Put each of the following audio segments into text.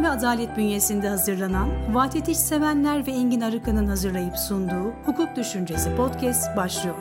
Anlam ve Adalet bünyesinde hazırlanan, Vahdet İşsevenler ve Engin Arıkan'ın hazırlayıp sunduğu Hukuk Düşüncesi Podcast başlıyor.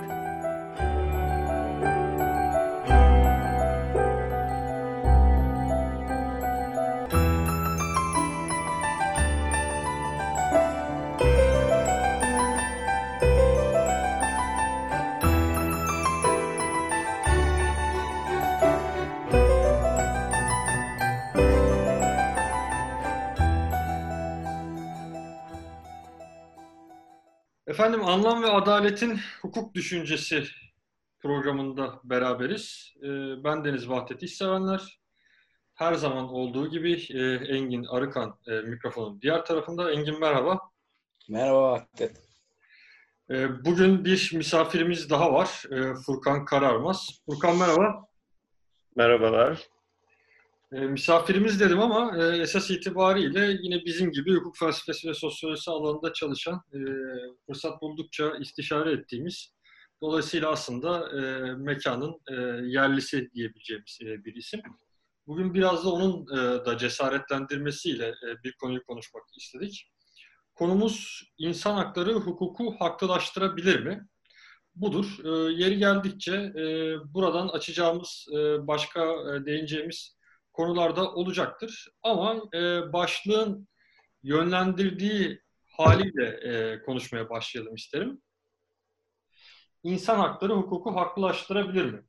Efendim, Anlam ve Adalet'in Hukuk Düşüncesi programında beraberiz. Ben Deniz Vahdet İşsevenler. Her zaman olduğu gibi Engin Arıkan mikrofonun diğer tarafında. Engin, merhaba. Merhaba Vahdet. Bugün bir misafirimiz daha var. Furkan Kararmaz. Furkan, merhaba. Merhabalar. Misafirimiz dedim ama esas itibariyle yine bizim gibi hukuk felsefesi ve sosyolojisi alanında çalışan, fırsat buldukça istişare ettiğimiz, dolayısıyla aslında mekanın yerlisi diyebileceğimiz bir isim. Bugün biraz da onun da cesaretlendirmesiyle bir konuyu konuşmak istedik. Konumuz insan hakları hukuku haklılaştırabilir mi? Budur. Yeri geldikçe buradan açacağımız, başka değineceğimiz konularda olacaktır. Ama başlığın yönlendirdiği haliyle konuşmaya başlayalım isterim. İnsan hakları hukuku haklılaştırabilir mi?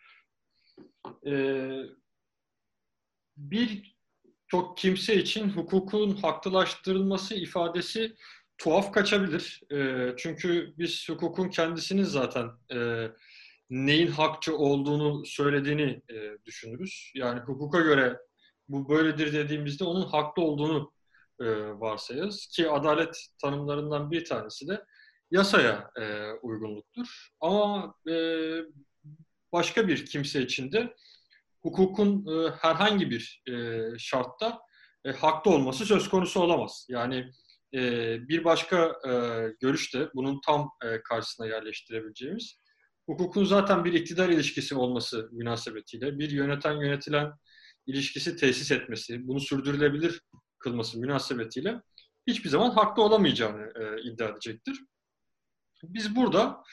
Birçok kimse için hukukun haklılaştırılması ifadesi tuhaf kaçabilir. Çünkü biz hukukun kendisinin zaten neyin hakçı olduğunu söylediğini düşünürüz. Yani hukuka göre bu böyledir dediğimizde onun haklı olduğunu varsayarız. Ki adalet tanımlarından bir tanesi de yasaya uygunluktur. Ama başka bir kimse için de hukukun herhangi bir şartta haklı olması söz konusu olamaz. Yani bir başka görüş de bunun tam karşısına yerleştirebileceğimiz, hukukun zaten bir iktidar ilişkisi olması münasebetiyle bir yöneten-yönetilen ilişkisi tesis etmesi, bunu sürdürülebilir kılması münasebetiyle hiçbir zaman haklı olamayacağını iddia edecektir. Biz burada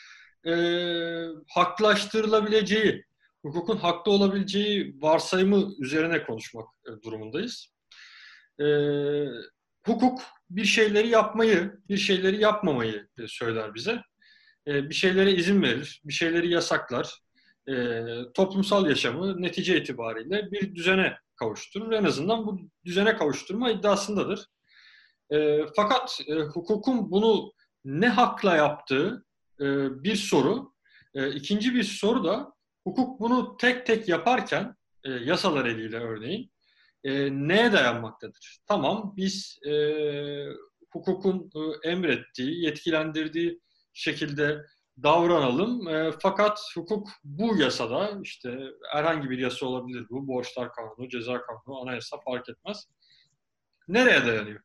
haklılaştırılabileceği, hukukun haklı olabileceği varsayımı üzerine konuşmak durumundayız. Hukuk bir şeyleri yapmayı, bir şeyleri yapmamayı söyler bize. Bir şeylere izin verir, bir şeyleri yasaklar. Toplumsal yaşamı netice itibariyle bir düzene kavuşturur. En azından bu düzene kavuşturma iddiasındadır. Fakat hukukun bunu ne hakla yaptığı bir soru. İkinci bir soru da hukuk bunu tek tek yaparken, yasalar eliyle örneğin, neye dayanmaktadır? Tamam, biz hukukun emrettiği, yetkilendirdiği şekilde davranalım. Fakat hukuk bu yasada, işte herhangi bir yasa olabilir bu, borçlar kanunu, ceza kanunu, anayasa fark etmez. Nereye dayanıyor?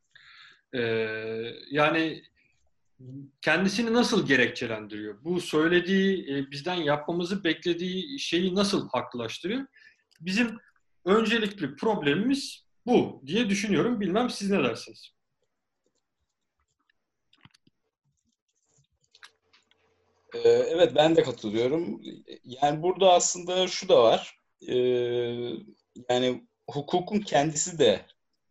Yani kendisini nasıl gerekçelendiriyor? Bu söylediği, bizden yapmamızı beklediği şeyi nasıl haklılaştırıyor? Bizim öncelikli problemimiz bu diye düşünüyorum. Bilmem siz ne dersiniz? Evet, ben de katılıyorum. Yani burada aslında şu da var. Yani hukukun kendisi de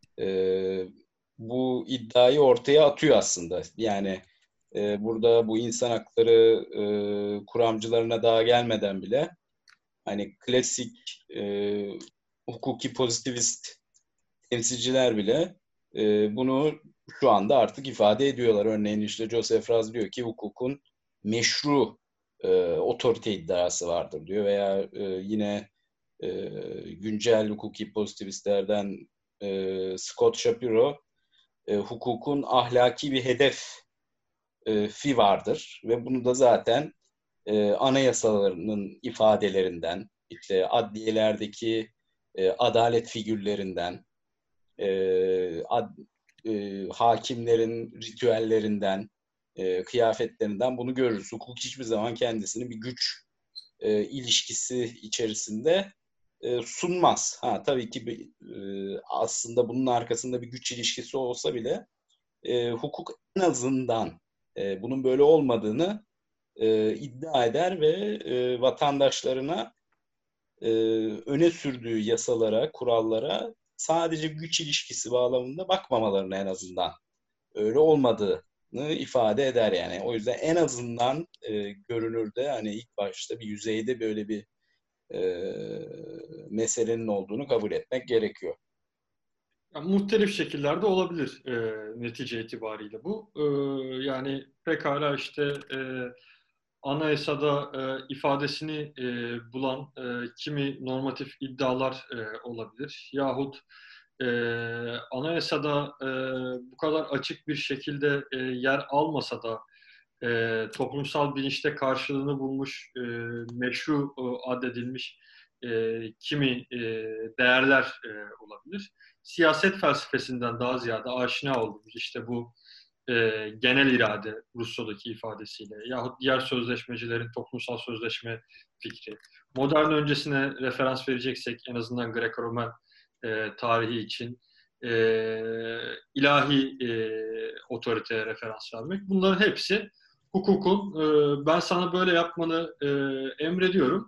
bu iddiayı ortaya atıyor aslında. Yani burada bu insan hakları kuramcılarına daha gelmeden bile hani klasik hukuki pozitivist temsilciler bile bunu şu anda artık ifade ediyorlar. Örneğin işte Joseph Raz diyor ki hukukun meşru otorite iddiası vardır diyor. Veya yine güncel hukuki pozitivistlerden Scott Shapiro hukukun ahlaki bir hedefi vardır ve bunu da zaten anayasalarının ifadelerinden, işte adliyelerdeki adalet figürlerinden, hakimlerin ritüellerinden, kıyafetlerinden bunu görürüz. Hukuk hiçbir zaman kendisini bir güç ilişkisi içerisinde sunmaz. Tabii ki aslında bunun arkasında bir güç ilişkisi olsa bile hukuk en azından bunun böyle olmadığını iddia eder ve vatandaşlarına öne sürdüğü yasalara, kurallara sadece güç ilişkisi bağlamında bakmamalarını en azından öyle olmadığını ifade eder yani. O yüzden en azından görünürde hani ilk başta bir yüzeyde böyle bir meselenin olduğunu kabul etmek gerekiyor. Yani muhtelif şekillerde olabilir netice itibariyle bu. Yani pekala işte anayasada ifadesini bulan kimi normatif iddialar olabilir. Yahut anayasada bu kadar açık bir şekilde yer almasa da toplumsal bilinçte karşılığını bulmuş, meşru addedilmiş kimi değerler olabilir. Siyaset felsefesinden daha ziyade aşina olduğumuz işte bu genel irade Rousseau'daki ifadesiyle yahut diğer sözleşmecilerin toplumsal sözleşme fikri. Modern öncesine referans vereceksek en azından Greco-Roman tarihi için ilahi otoriteye referans vermek. Bunların hepsi hukukun ben sana böyle yapmanı emrediyorum.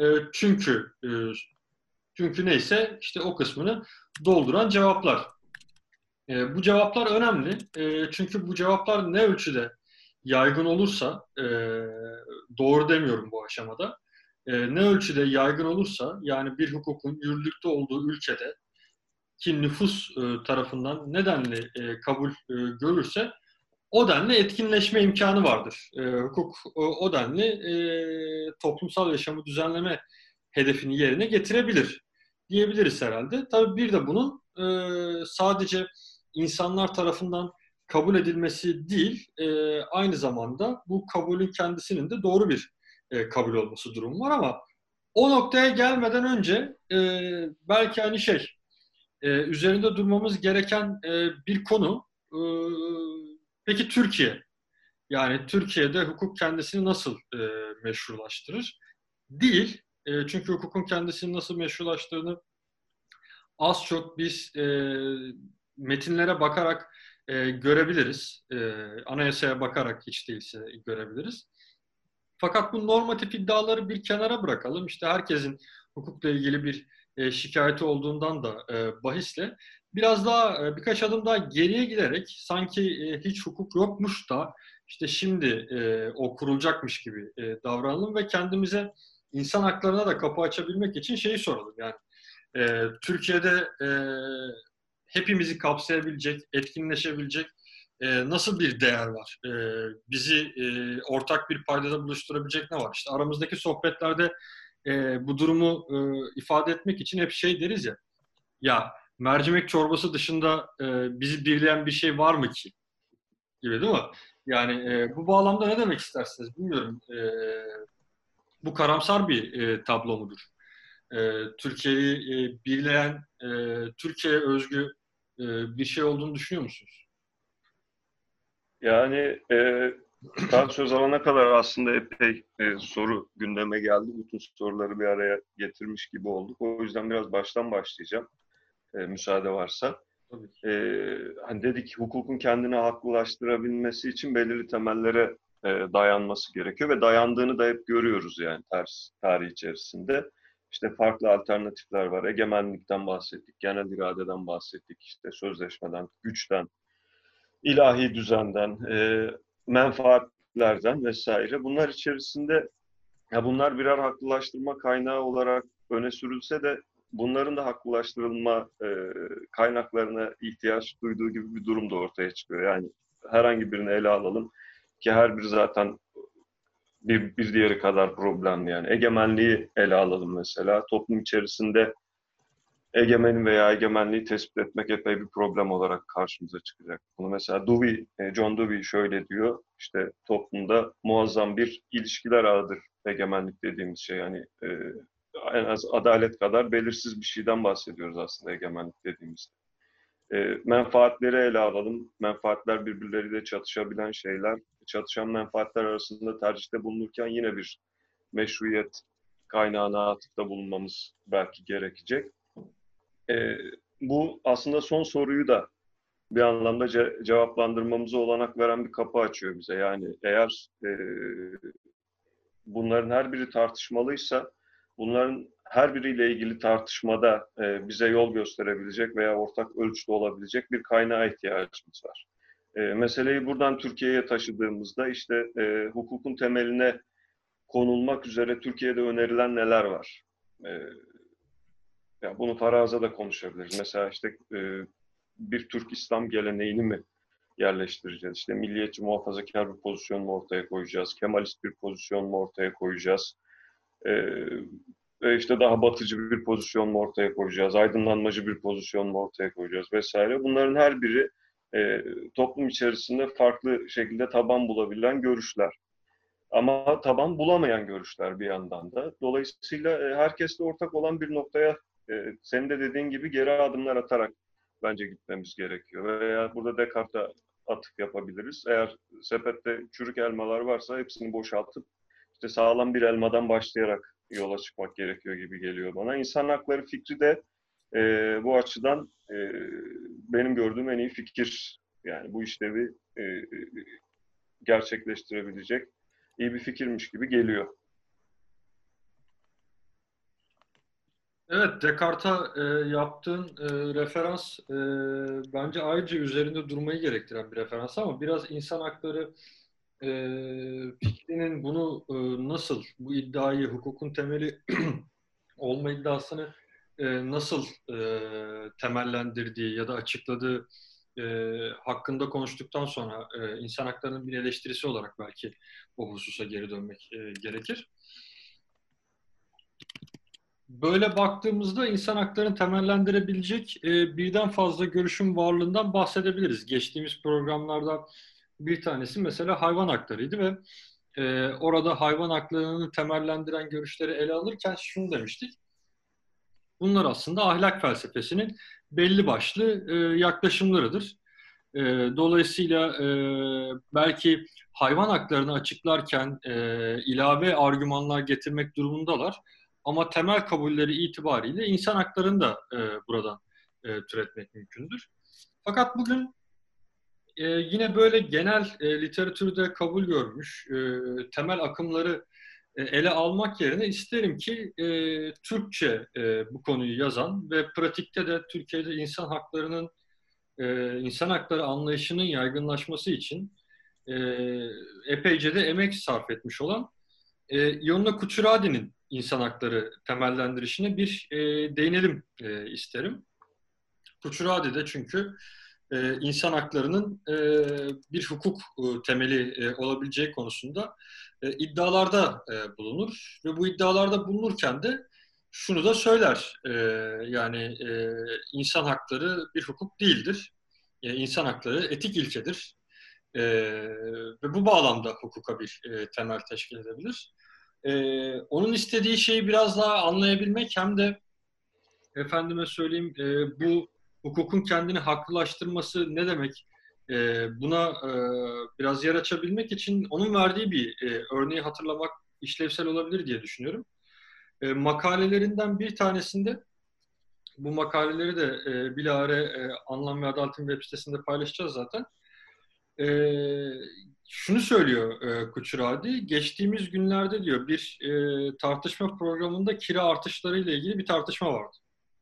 Çünkü neyse işte o kısmını dolduran cevaplar. Bu cevaplar önemli. Çünkü bu cevaplar ne ölçüde yaygın olursa, doğru demiyorum bu aşamada, ne ölçüde yaygın olursa, yani bir hukukun yürürlükte olduğu ülkede ki nüfus tarafından nedenli kabul görürse o denli etkinleşme imkanı vardır. Hukuk o denli toplumsal yaşamı düzenleme hedefini yerine getirebilir diyebiliriz herhalde. Tabii bir de bunun sadece insanlar tarafından kabul edilmesi değil, aynı zamanda bu kabulün kendisinin de doğru bir kabul olması durumu var ama o noktaya gelmeden önce belki hani üzerinde durmamız gereken bir konu. Peki Türkiye? Yani Türkiye'de hukuk kendisini nasıl meşrulaştırır? Değil. Çünkü hukukun kendisini nasıl meşrulaştırdığını az çok biz metinlere bakarak görebiliriz. Anayasaya bakarak hiç değilse görebiliriz. Fakat bu normatif iddiaları bir kenara bırakalım. İşte herkesin hukukla ilgili bir şikayeti olduğundan da bahisle biraz daha birkaç adım daha geriye giderek sanki hiç hukuk yokmuş da işte şimdi o kurulacakmış gibi davranalım ve kendimize insan haklarına da kapı açabilmek için şeyi soralım. Yani Türkiye'de hepimizi kapsayabilecek, etkinleşebilecek nasıl bir değer var? Bizi ortak bir paydada buluşturabilecek ne var? İşte aramızdaki sohbetlerde bu durumu ifade etmek için hep şey deriz ya, ya mercimek çorbası dışında bizi birleyen bir şey var mı ki? Gibi değil mi? Yani bu bağlamda ne demek istersiniz bilmiyorum. Bu karamsar bir tablo mudur? Türkiye'yi birleyen, Türkiye'ye özgü bir şey olduğunu düşünüyor musunuz? Yani ben söz alana kadar aslında epey soru gündeme geldi. Bütün soruları bir araya getirmiş gibi olduk. O yüzden biraz baştan başlayacağım. Müsaade varsa. Tabii ki. Hani dedik hukukun kendini haklılaştırabilmesi için belirli temellere dayanması gerekiyor ve dayandığını da hep görüyoruz yani tarih içerisinde. İşte farklı alternatifler var. Egemenlikten bahsettik, genel iradeden bahsettik, işte sözleşmeden, güçten, ilahi düzenden, menfaatlerden vesaire. Bunlar içerisinde ya bunlar birer haklılaştırma kaynağı olarak öne sürülse de bunların da haklılaştırılma kaynaklarına ihtiyaç duyduğu gibi bir durum da ortaya çıkıyor. Yani herhangi birini ele alalım ki her biri zaten bir diğeri kadar problemli. Yani egemenliği ele alalım mesela. Toplum içerisinde egemeni veya egemenliği tespit etmek epey bir problem olarak karşımıza çıkacak. Bunu mesela John Dewey şöyle diyor, işte toplumda muazzam bir ilişkiler ağıdır egemenlik dediğimiz şey. Yani en az adalet kadar belirsiz bir şeyden bahsediyoruz aslında egemenlik dediğimizde. Menfaatleri ele alalım. Menfaatler birbirleriyle çatışabilen şeyler. Çatışan menfaatler arasında tercihte bulunurken yine bir meşruiyet kaynağına atıfta bulunmamız belki gerekecek. Bu aslında son soruyu da bir anlamda cevaplandırmamıza olanak veren bir kapı açıyor bize. Yani eğer bunların her biri tartışmalıysa, bunların her biriyle ilgili tartışmada bize yol gösterebilecek veya ortak ölçüde olabilecek bir kaynağa ihtiyacımız var. Meseleyi buradan Türkiye'ye taşıdığımızda işte hukukun temeline konulmak üzere Türkiye'de önerilen neler var? Ya bunu faraza da konuşabiliriz. Mesela işte bir Türk İslam geleneğini mi yerleştireceğiz? İşte milliyetçi muhafazakar bir pozisyon mu ortaya koyacağız? Kemalist bir pozisyon mu ortaya koyacağız? Ve işte daha batıcı bir pozisyon mu ortaya koyacağız? Aydınlanmacı bir pozisyon mu ortaya koyacağız vesaire. Bunların her biri toplum içerisinde farklı şekilde taban bulabilen görüşler. Ama taban bulamayan görüşler bir yandan da. Dolayısıyla herkesle ortak olan bir noktaya senin de dediğin gibi geri adımlar atarak bence gitmemiz gerekiyor. Veya burada Descartes'e atıf yapabiliriz. Eğer sepette çürük elmalar varsa hepsini boşaltıp işte sağlam bir elmadan başlayarak yola çıkmak gerekiyor gibi geliyor bana. İnsan hakları fikri de bu açıdan benim gördüğüm en iyi fikir. Yani bu işlevi gerçekleştirebilecek iyi bir fikirmiş gibi geliyor. Evet, Descartes'a yaptığın referans bence ayrıca üzerinde durmayı gerektiren bir referans ama biraz insan hakları fikrinin bunu nasıl, bu iddiayı, hukukun temeli olma iddiasını nasıl temellendirdiği ya da açıkladığı hakkında konuştuktan sonra insan haklarının bir eleştirisi olarak belki o hususa geri dönmek gerekir. Böyle baktığımızda insan haklarını temellendirebilecek birden fazla görüşün varlığından bahsedebiliriz. Geçtiğimiz programlarda bir tanesi mesela hayvan haklarıydı ve orada hayvan haklarını temellendiren görüşleri ele alırken şunu demiştik. Bunlar aslında ahlak felsefesinin belli başlı yaklaşımlarıdır. Dolayısıyla belki hayvan haklarını açıklarken ilave argümanlar getirmek durumundalar. Ama temel kabulleri itibariyle insan haklarını da buradan türetmek mümkündür. Fakat bugün yine böyle genel literatürde kabul görmüş temel akımları ele almak yerine isterim ki Türkçe bu konuyu yazan ve pratikte de Türkiye'de insan hakları anlayışının yaygınlaşması için epeyce de emek sarf etmiş olan Yonla Kuchuradi'nin insan hakları temellendirişine bir değinelim isterim. Kuchuradi de çünkü insan haklarının bir hukuk temeli olabileceği konusunda iddialarda bulunur ve bu iddialarda bulunurken de şunu da söyler, yani insan hakları bir hukuk değildir, insan hakları etik ilkedir ve bu bağlamda hukuka bir temel teşkil edebilir. Onun istediği şeyi biraz daha anlayabilmek hem de efendime söyleyeyim bu hukukun kendini haklılaştırması ne demek? Buna biraz yer açabilmek için onun verdiği bir örneği hatırlamak işlevsel olabilir diye düşünüyorum. Makalelerinden bir tanesinde, bu makaleleri de bilahare Anlam ve Adalet'in web sitesinde paylaşacağız zaten. Şunu söylüyor Kuchuradi, geçtiğimiz günlerde diyor bir tartışma programında kira artışlarıyla ilgili bir tartışma vardı.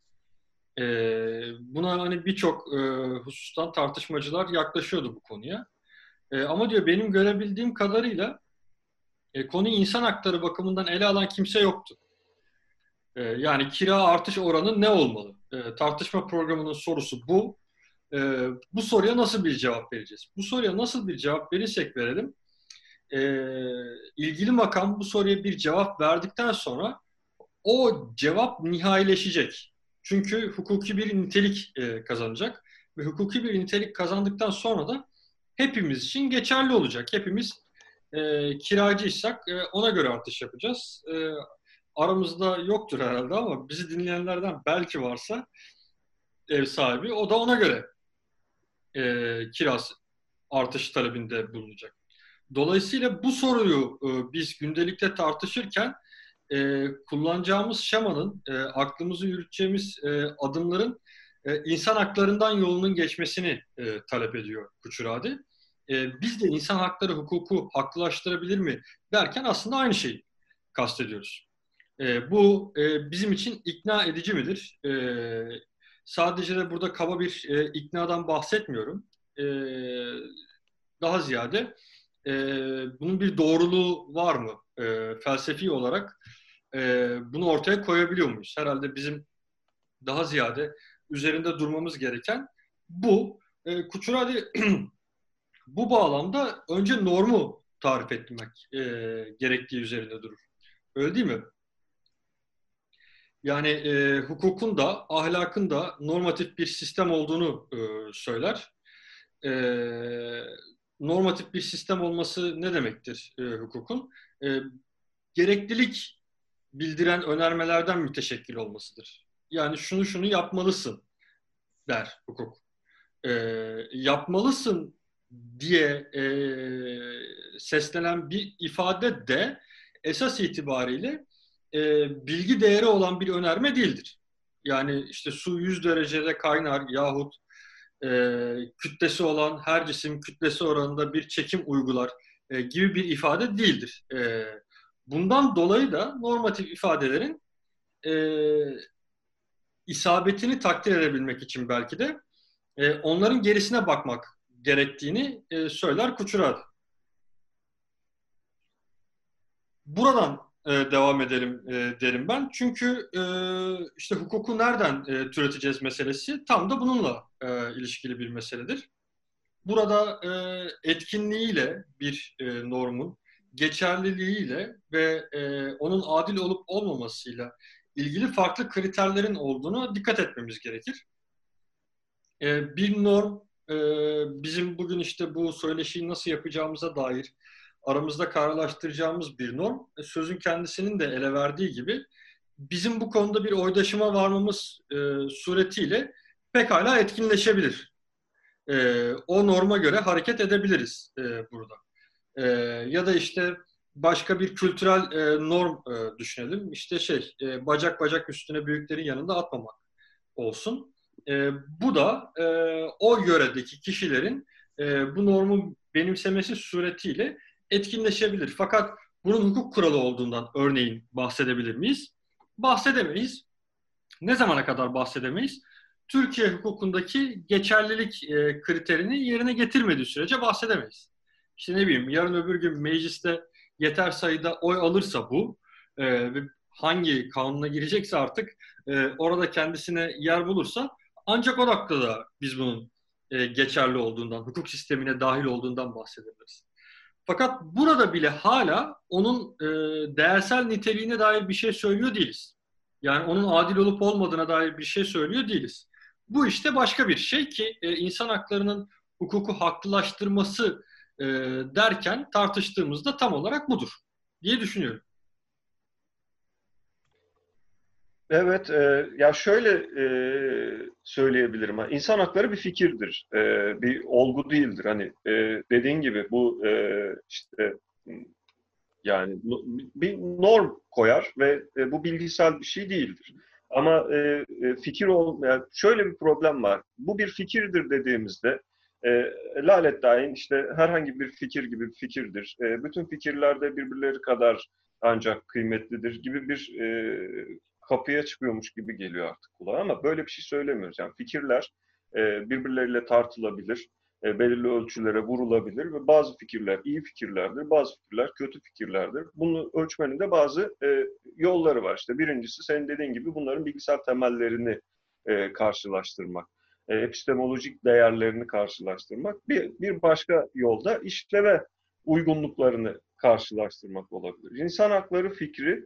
Buna hani birçok husustan tartışmacılar yaklaşıyordu bu konuya. Ama diyor benim görebildiğim kadarıyla konuyu insan hakları bakımından ele alan kimse yoktu. Yani kira artış oranı ne olmalı? Tartışma programının sorusu bu. Bu soruya nasıl bir cevap vereceğiz? Bu soruya nasıl bir cevap verirsek verelim, ilgili makam bu soruya bir cevap verdikten sonra o cevap nihayileşecek. Çünkü hukuki bir nitelik kazanacak ve hukuki bir nitelik kazandıktan sonra da hepimiz için geçerli olacak. Hepimiz kiracıysak ona göre artış yapacağız. Aramızda yoktur herhalde ama bizi dinleyenlerden belki varsa ev sahibi, o da ona göre kirası artış talebinde bulunacak. Dolayısıyla bu soruyu biz gündelikte tartışırken kullanacağımız şemanın, aklımızı yürüteceğimiz adımların insan haklarından yolunun geçmesini talep ediyor Kuchuradi. Biz de insan hakları hukuku haklılaştırabilir mi derken aslında aynı şeyi kastediyoruz. Bu bizim için ikna edici midir? Sadece de burada kaba bir iknadan bahsetmiyorum. Daha ziyade bunun bir doğruluğu var mı? Felsefi olarak bunu ortaya koyabiliyor muyuz? Herhalde bizim daha ziyade üzerinde durmamız gereken bu. Kuchuradi bu bağlamda önce normu tarif etmek gerektiği üzerinde durur. Öyle değil mi? Yani hukukun da ahlakın da normatif bir sistem olduğunu söyler. Normatif bir sistem olması ne demektir hukukun? Gereklilik bildiren önermelerden müteşekkil olmasıdır. Yani şunu yapmalısın der hukuk. Yapmalısın diye seslenen bir ifade de esas itibariyle bilgi değeri olan bir önerme değildir. Yani işte su 100 derecede kaynar yahut kütlesi olan her cisim kütlesi oranında bir çekim uygular gibi bir ifade değildir. Bundan dolayı da normatif ifadelerin isabetini takdir edebilmek için belki de onların gerisine bakmak gerektiğini söyler Kuchuradi. Buradan devam edelim derim ben. Çünkü işte hukuku nereden türeteceğiz meselesi tam da bununla ilişkili bir meseledir. Burada etkinliğiyle bir normun, geçerliliğiyle ve onun adil olup olmamasıyla ilgili farklı kriterlerin olduğunu dikkat etmemiz gerekir. Bir norm bizim bugün işte bu söyleşiyi nasıl yapacağımıza dair aramızda kararlaştıracağımız bir norm. Sözün kendisinin de ele verdiği gibi bizim bu konuda bir oydaşıma varmamız suretiyle pekala etkinleşebilir. O norma göre hareket edebiliriz burada. Ya da işte başka bir kültürel norm düşünelim. İşte bacak bacak üstüne büyüklerin yanında atmamak olsun. Bu da o yöredeki kişilerin bu normu benimsemesi suretiyle etkinleşebilir. Fakat bunun hukuk kuralı olduğundan örneğin bahsedebilir miyiz? Bahsedemeyiz. Ne zamana kadar bahsedemeyiz? Türkiye hukukundaki geçerlilik kriterini yerine getirmediği sürece bahsedemeyiz. İşte ne bileyim yarın öbür gün mecliste yeter sayıda oy alırsa bu hangi kanuna girecekse artık orada kendisine yer bulursa ancak o noktada biz bunun geçerli olduğundan, hukuk sistemine dahil olduğundan bahsedebiliriz. Fakat burada bile hala onun değersel niteliğine dair bir şey söylüyor değiliz. Yani onun adil olup olmadığına dair bir şey söylüyor değiliz. Bu işte başka bir şey ki insan haklarının hukuku haklılaştırması derken tartıştığımızda tam olarak budur diye düşünüyorum. Evet, ya şöyle söyleyebilirim. İnsan hakları bir fikirdir, bir olgu değildir. Hani dediğin gibi bu işte yani bir norm koyar ve bu bilgisel bir şey değildir. Ama fikir yani şöyle bir problem var. Bu bir fikirdir dediğimizde lalettayin işte herhangi bir fikir gibi bir fikirdir. Bütün fikirler de birbirleri kadar ancak kıymetlidir gibi bir kapıya çıkıyormuş gibi geliyor artık kulağa ama böyle bir şey söylemiyoruz. Yani fikirler birbirleriyle tartılabilir, belirli ölçülere vurulabilir ve bazı fikirler iyi fikirlerdir, bazı fikirler kötü fikirlerdir. Bunu ölçmenin de bazı yolları var. İşte birincisi senin dediğin gibi bunların bilgisayar temellerini karşılaştırmak, epistemolojik değerlerini karşılaştırmak. Bir başka yolda işleve uygunluklarını karşılaştırmak olabilir. İnsan hakları fikri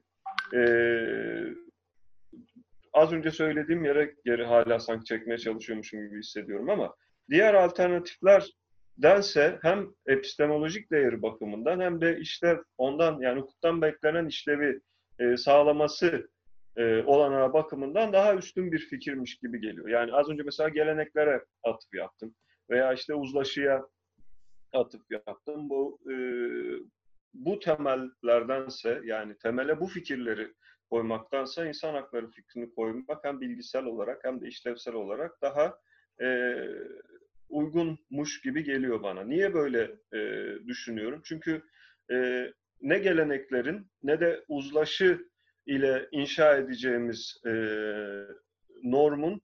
az önce söylediğim yere geri hala sanki çekmeye çalışıyormuşum gibi hissediyorum ama diğer alternatiflerdense hem epistemolojik değeri bakımından hem de işlev ondan yani hukuktan beklenen işlevi sağlaması olanağı bakımından daha üstün bir fikirmiş gibi geliyor. Yani az önce mesela geleneklere atıf yaptım veya işte uzlaşıya atıf yaptım. bu temellerdense, yani temele bu fikirleri koymaktansa insan hakları fikrini koymak hem bilgisel olarak hem de işlevsel olarak daha uygunmuş gibi geliyor bana. Niye böyle düşünüyorum? Çünkü ne geleneklerin ne de uzlaşı ile inşa edeceğimiz normun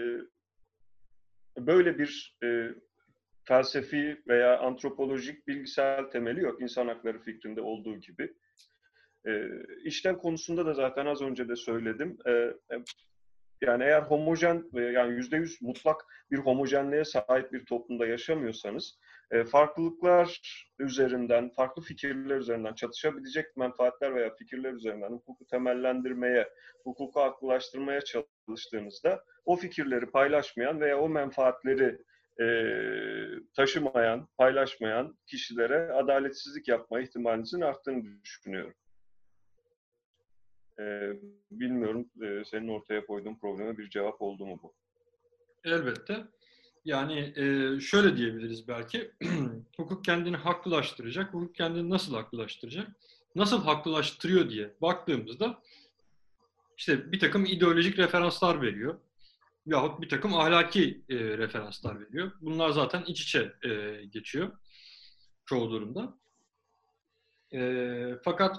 böyle bir felsefi veya antropolojik bilgisel temeli yok insan hakları fikrinde olduğu gibi. İşlev konusunda da zaten az önce de söyledim. Yani eğer homojen, yani %100 mutlak bir homojenliğe sahip bir toplumda yaşamıyorsanız, farklılıklar üzerinden, farklı fikirler üzerinden, çatışabilecek menfaatler veya fikirler üzerinden hukuku temellendirmeye, hukuku haklılaştırmaya çalıştığınızda o fikirleri paylaşmayan veya o menfaatleri taşımayan, paylaşmayan kişilere adaletsizlik yapma ihtimalinizin arttığını düşünüyorum. Bilmiyorum senin ortaya koyduğun probleme bir cevap oldu mu bu? Elbette. Yani şöyle diyebiliriz belki. Hukuk kendini haklılaştıracak. Hukuk kendini nasıl haklılaştıracak? Nasıl haklılaştırıyor diye baktığımızda işte bir takım ideolojik referanslar veriyor. Yahut bir takım ahlaki referanslar veriyor. Bunlar zaten iç içe geçiyor çoğu durumda. Fakat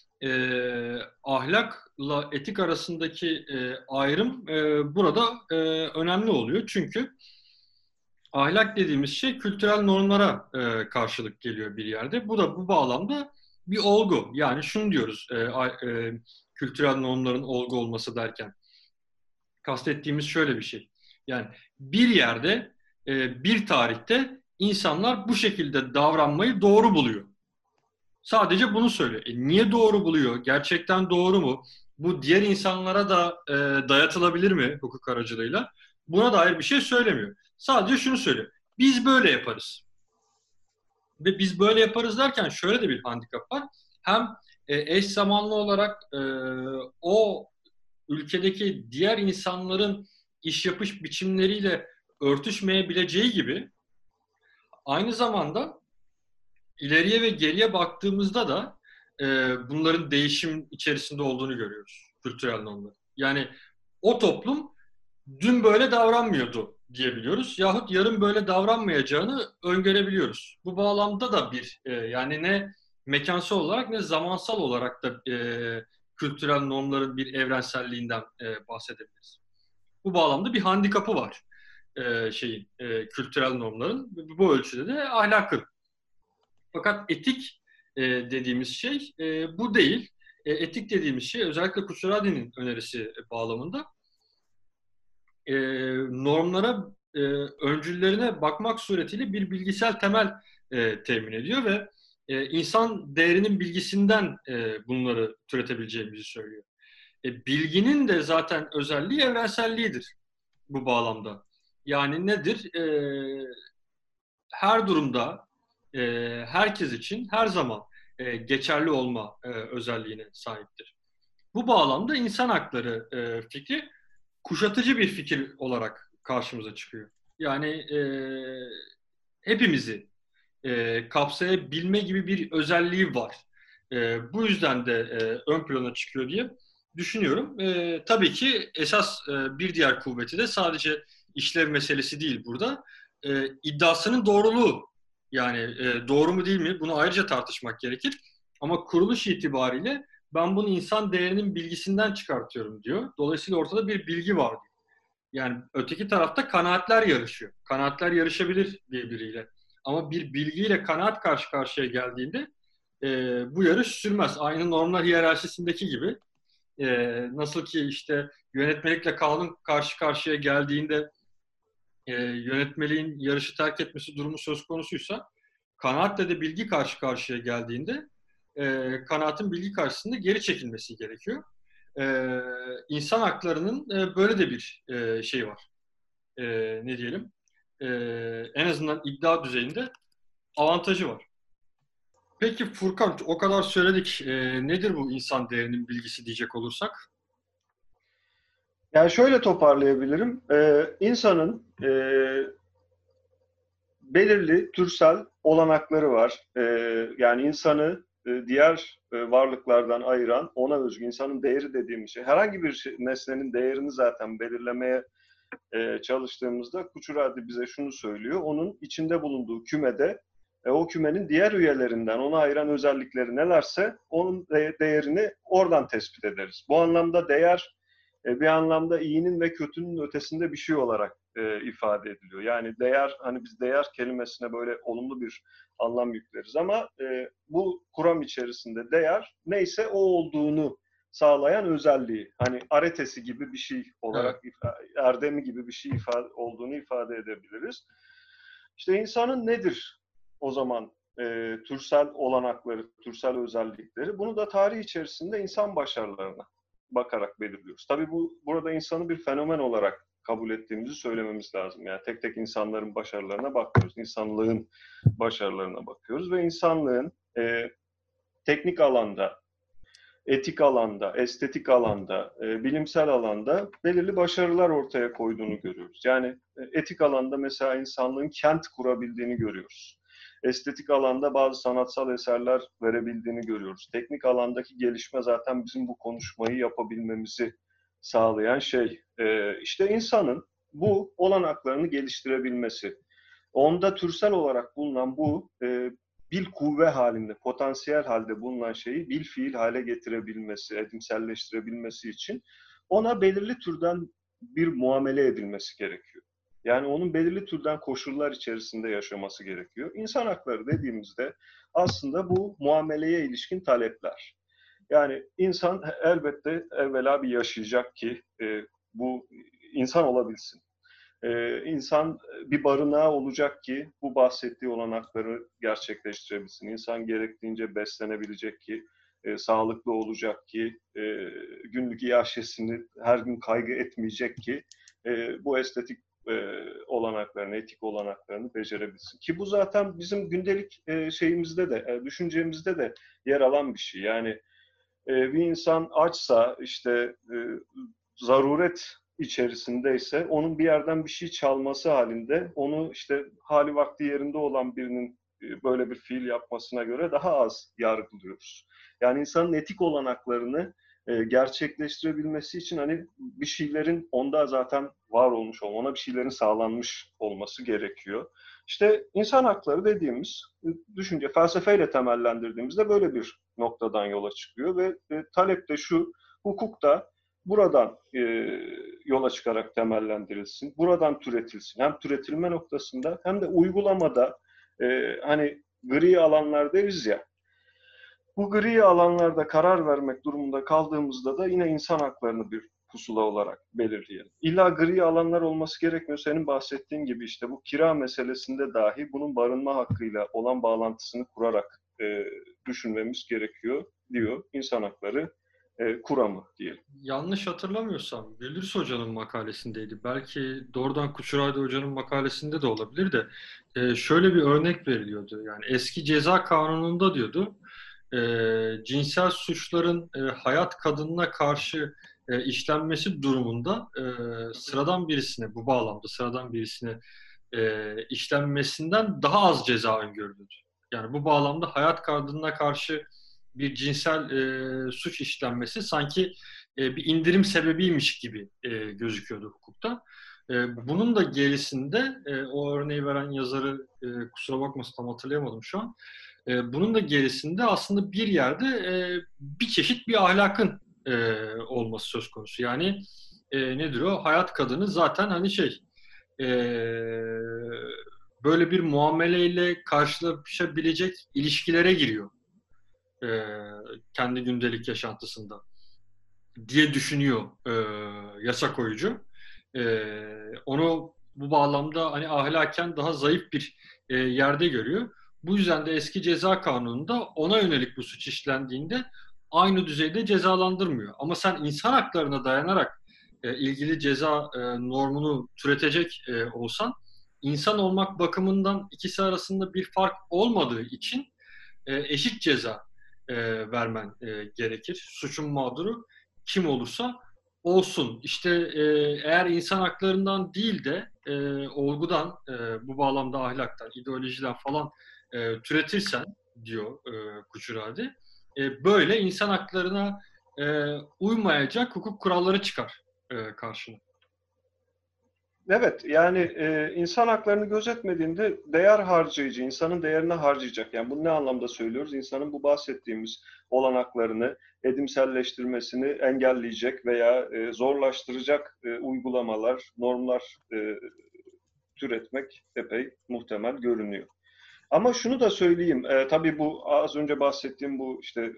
ahlakla etik arasındaki ayrım burada önemli oluyor. Çünkü ahlak dediğimiz şey kültürel normlara karşılık geliyor bir yerde. Bu da bu bağlamda bir olgu. Yani şunu diyoruz kültürel normların olgu olması derken. Kastettiğimiz şöyle bir şey. Yani bir yerde, bir tarihte insanlar bu şekilde davranmayı doğru buluyor. Sadece bunu söylüyor. Niye doğru buluyor? Gerçekten doğru mu? Bu diğer insanlara da dayatılabilir mi hukuk aracılığıyla? Buna dair bir şey söylemiyor. Sadece şunu söylüyor. Biz böyle yaparız. Ve biz böyle yaparız derken şöyle de bir handikap var. Hem eş zamanlı olarak o ülkedeki diğer insanların iş yapış biçimleriyle örtüşmeyebileceği gibi aynı zamanda ileriye ve geriye baktığımızda da bunların değişim içerisinde olduğunu görüyoruz. Kültürel normlar. Yani o toplum dün böyle davranmıyordu diyebiliyoruz. Yahut yarın böyle davranmayacağını öngörebiliyoruz. Bu bağlamda da bir yani ne mekansal olarak ne zamansal olarak da kültürel normların bir evrenselliğinden bahsedebiliriz. Bu bağlamda bir handikapı var kültürel normların. Bu ölçüde de ahlakın. Fakat etik dediğimiz şey bu değil. Etik dediğimiz şey özellikle Kusuraadi'nin önerisi bağlamında normlara, öncüllerine bakmak suretiyle bir bilgisel temel temin ediyor ve insan değerinin bilgisinden bunları türetebileceğimizi söylüyor. Bilginin de zaten özelliği evrenselliğidir bu bağlamda. Yani nedir? Her durumda, herkes için her zaman geçerli olma özelliğine sahiptir. Bu bağlamda insan hakları fikri kuşatıcı bir fikir olarak karşımıza çıkıyor. Yani hepimizi kapsayabilme gibi bir özelliği var. Bu yüzden de ön plana çıkıyor diye düşünüyorum. Tabii ki esas bir diğer kuvveti de sadece işlev meselesi değil burada. İddiasının doğruluğu. Yani doğru mu değil mi? Bunu ayrıca tartışmak gerekir. Ama kuruluş itibariyle ben bunu insan değerinin bilgisinden çıkartıyorum diyor. Dolayısıyla ortada bir bilgi var diyor. Yani öteki tarafta kanaatler yarışıyor. Kanaatler yarışabilir birbiriyle. Ama bir bilgiyle kanaat karşı karşıya geldiğinde bu yarış sürmez. Aynı normlar hiyerarşisindeki gibi. Nasıl ki işte yönetmelikle kanun karşı karşıya geldiğinde yönetmeliğin yarışı terk etmesi durumu söz konusuysa kanaatle de bilgi karşı karşıya geldiğinde kanaatin bilgi karşısında geri çekilmesi gerekiyor. İnsan haklarının böyle de bir şey var. Ne diyelim? En azından iddia düzeyinde avantajı var. Peki Furkan, o kadar söyledik. Nedir bu insan değerinin bilgisi diyecek olursak? Yani şöyle toparlayabilirim. İnsanın belirli türsel olanakları var. Yani insanı diğer varlıklardan ayıran, ona özgü insanın değeri dediğimiz şey. Herhangi bir nesnenin değerini zaten belirlemeye çalıştığımızda Kuchuradi bize şunu söylüyor. Onun içinde bulunduğu kümede o kümenin diğer üyelerinden onu ayıran özellikleri nelerse onun değerini oradan tespit ederiz. Bu anlamda değer bir anlamda iyinin ve kötünün ötesinde bir şey olarak ifade ediliyor. Yani değer, hani biz değer kelimesine böyle olumlu bir anlam yükleriz ama bu kuram içerisinde değer neyse o olduğunu sağlayan özelliği. Hani aretesi gibi bir şey olarak, erdemi gibi bir şey olduğunu ifade edebiliriz. İşte insanın nedir o zaman türsel olanakları, türsel özellikleri? Bunu da tarih içerisinde insan başarılarına bakarak belirliyoruz. Tabii burada insanı bir fenomen olarak kabul ettiğimizi söylememiz lazım. Yani tek tek insanların başarılarına bakmıyoruz. İnsanlığın başarılarına bakıyoruz ve insanlığın teknik alanda, etik alanda, estetik alanda, bilimsel alanda belirli başarılar ortaya koyduğunu görüyoruz. Yani etik alanda mesela insanlığın kent kurabildiğini görüyoruz. Estetik alanda bazı sanatsal eserler verebildiğini görüyoruz. Teknik alandaki gelişme zaten bizim bu konuşmayı yapabilmemizi sağlayan şey. İşte insanın bu olanaklarını geliştirebilmesi. Onda türsel olarak bulunan bu bil kuvve halinde, potansiyel halde bulunan şeyi bil fiil hale getirebilmesi, edimselleştirebilmesi için ona belirli türden bir muamele edilmesi gerekiyor. Yani onun belirli türden koşullar içerisinde yaşaması gerekiyor. İnsan hakları dediğimizde aslında bu muameleye ilişkin talepler. Yani insan elbette evvela bir yaşayacak ki bu insan olabilsin. İnsan bir barınağı olacak ki bu bahsettiği olanakları gerçekleştirebilsin. İnsan gerektiğince beslenebilecek ki, sağlıklı olacak ki, günlük iaşesini her gün kaygı etmeyecek ki bu estetik olanaklarını, etik olanaklarını becerebilsin. Ki bu zaten bizim gündelik şeyimizde de, düşüncemizde de yer alan bir şey. Yani bir insan açsa, işte zaruret içerisindeyse onun bir yerden bir şey çalması halinde onu işte hali vakti yerinde olan birinin böyle bir fiil yapmasına göre daha az yargılıyoruz. Yani insanın etik olanaklarını gerçekleştirebilmesi için hani bir şeylerin onda zaten var olmuş olması, ona bir şeylerin sağlanmış olması gerekiyor. İşte insan hakları dediğimiz düşünce felsefeyle temellendirdiğimizde böyle bir noktadan yola çıkıyor ve talep de şu, hukuk da buradan yola çıkarak temellendirilsin, buradan türetilsin. Hem türetilme noktasında hem de uygulamada hani gri alanlar deriz ya, bu gri alanlarda karar vermek durumunda kaldığımızda da yine insan haklarını bir pusula olarak belirleyelim. İlla gri alanlar olması gerekmiyor. Senin bahsettiğin gibi işte bu kira meselesinde dahi bunun barınma hakkıyla olan bağlantısını kurarak düşünmemiz gerekiyor diyor insan hakları kuramı diyelim. Yanlış hatırlamıyorsam Güldürs Hoca'nın makalesindeydi. Belki doğrudan Kuchuradi Hoca'nın makalesinde de olabilir de şöyle bir örnek veriliyordu. Yani eski ceza kanununda diyordu cinsel suçların hayat kadınına karşı işlenmesi durumunda sıradan birisine, bu bağlamda sıradan birisine işlenmesinden daha az ceza öngörülüyordu. Yani bu bağlamda hayat kadınına karşı bir cinsel suç işlenmesi sanki bir indirim sebebiymiş gibi gözüküyordu hukukta. Bunun da gerisinde o örneği veren yazarı kusura bakmasın tam hatırlayamadım şu an. Bunun da gerisinde aslında bir yerde bir çeşit bir ahlakın olması söz konusu. Yani nedir o? Hayat kadını zaten hani böyle bir muameleyle karşılaşabilecek ilişkilere giriyor. Kendi gündelik yaşantısında diye düşünüyor yasa koyucu. Onu bu bağlamda hani ahlaken daha zayıf bir yerde görüyor. Bu yüzden de eski ceza kanununda ona yönelik bu suç işlendiğinde aynı düzeyde cezalandırmıyor. Ama sen insan haklarına dayanarak ilgili ceza normunu türetecek olsan insan olmak bakımından ikisi arasında bir fark olmadığı için eşit ceza vermen gerekir. Suçun mağduru kim olursa olsun. İşte eğer insan haklarından değil de olgudan, bu bağlamda ahlaktan, ideolojiden falan türetirsen diyor Kuchuradi. Böyle insan haklarına uymayacak hukuk kuralları çıkar karşına. Evet, yani insan haklarını gözetmediğinde değer harcayıcı, insanın değerini harcayacak. Yani bunu ne anlamda söylüyoruz? İnsanın bu bahsettiğimiz olanaklarını, edimselleştirmesini engelleyecek veya zorlaştıracak uygulamalar, normlar türetmek epey muhtemel görünüyor. Ama şunu da söyleyeyim, tabii bu az önce bahsettiğim bu işte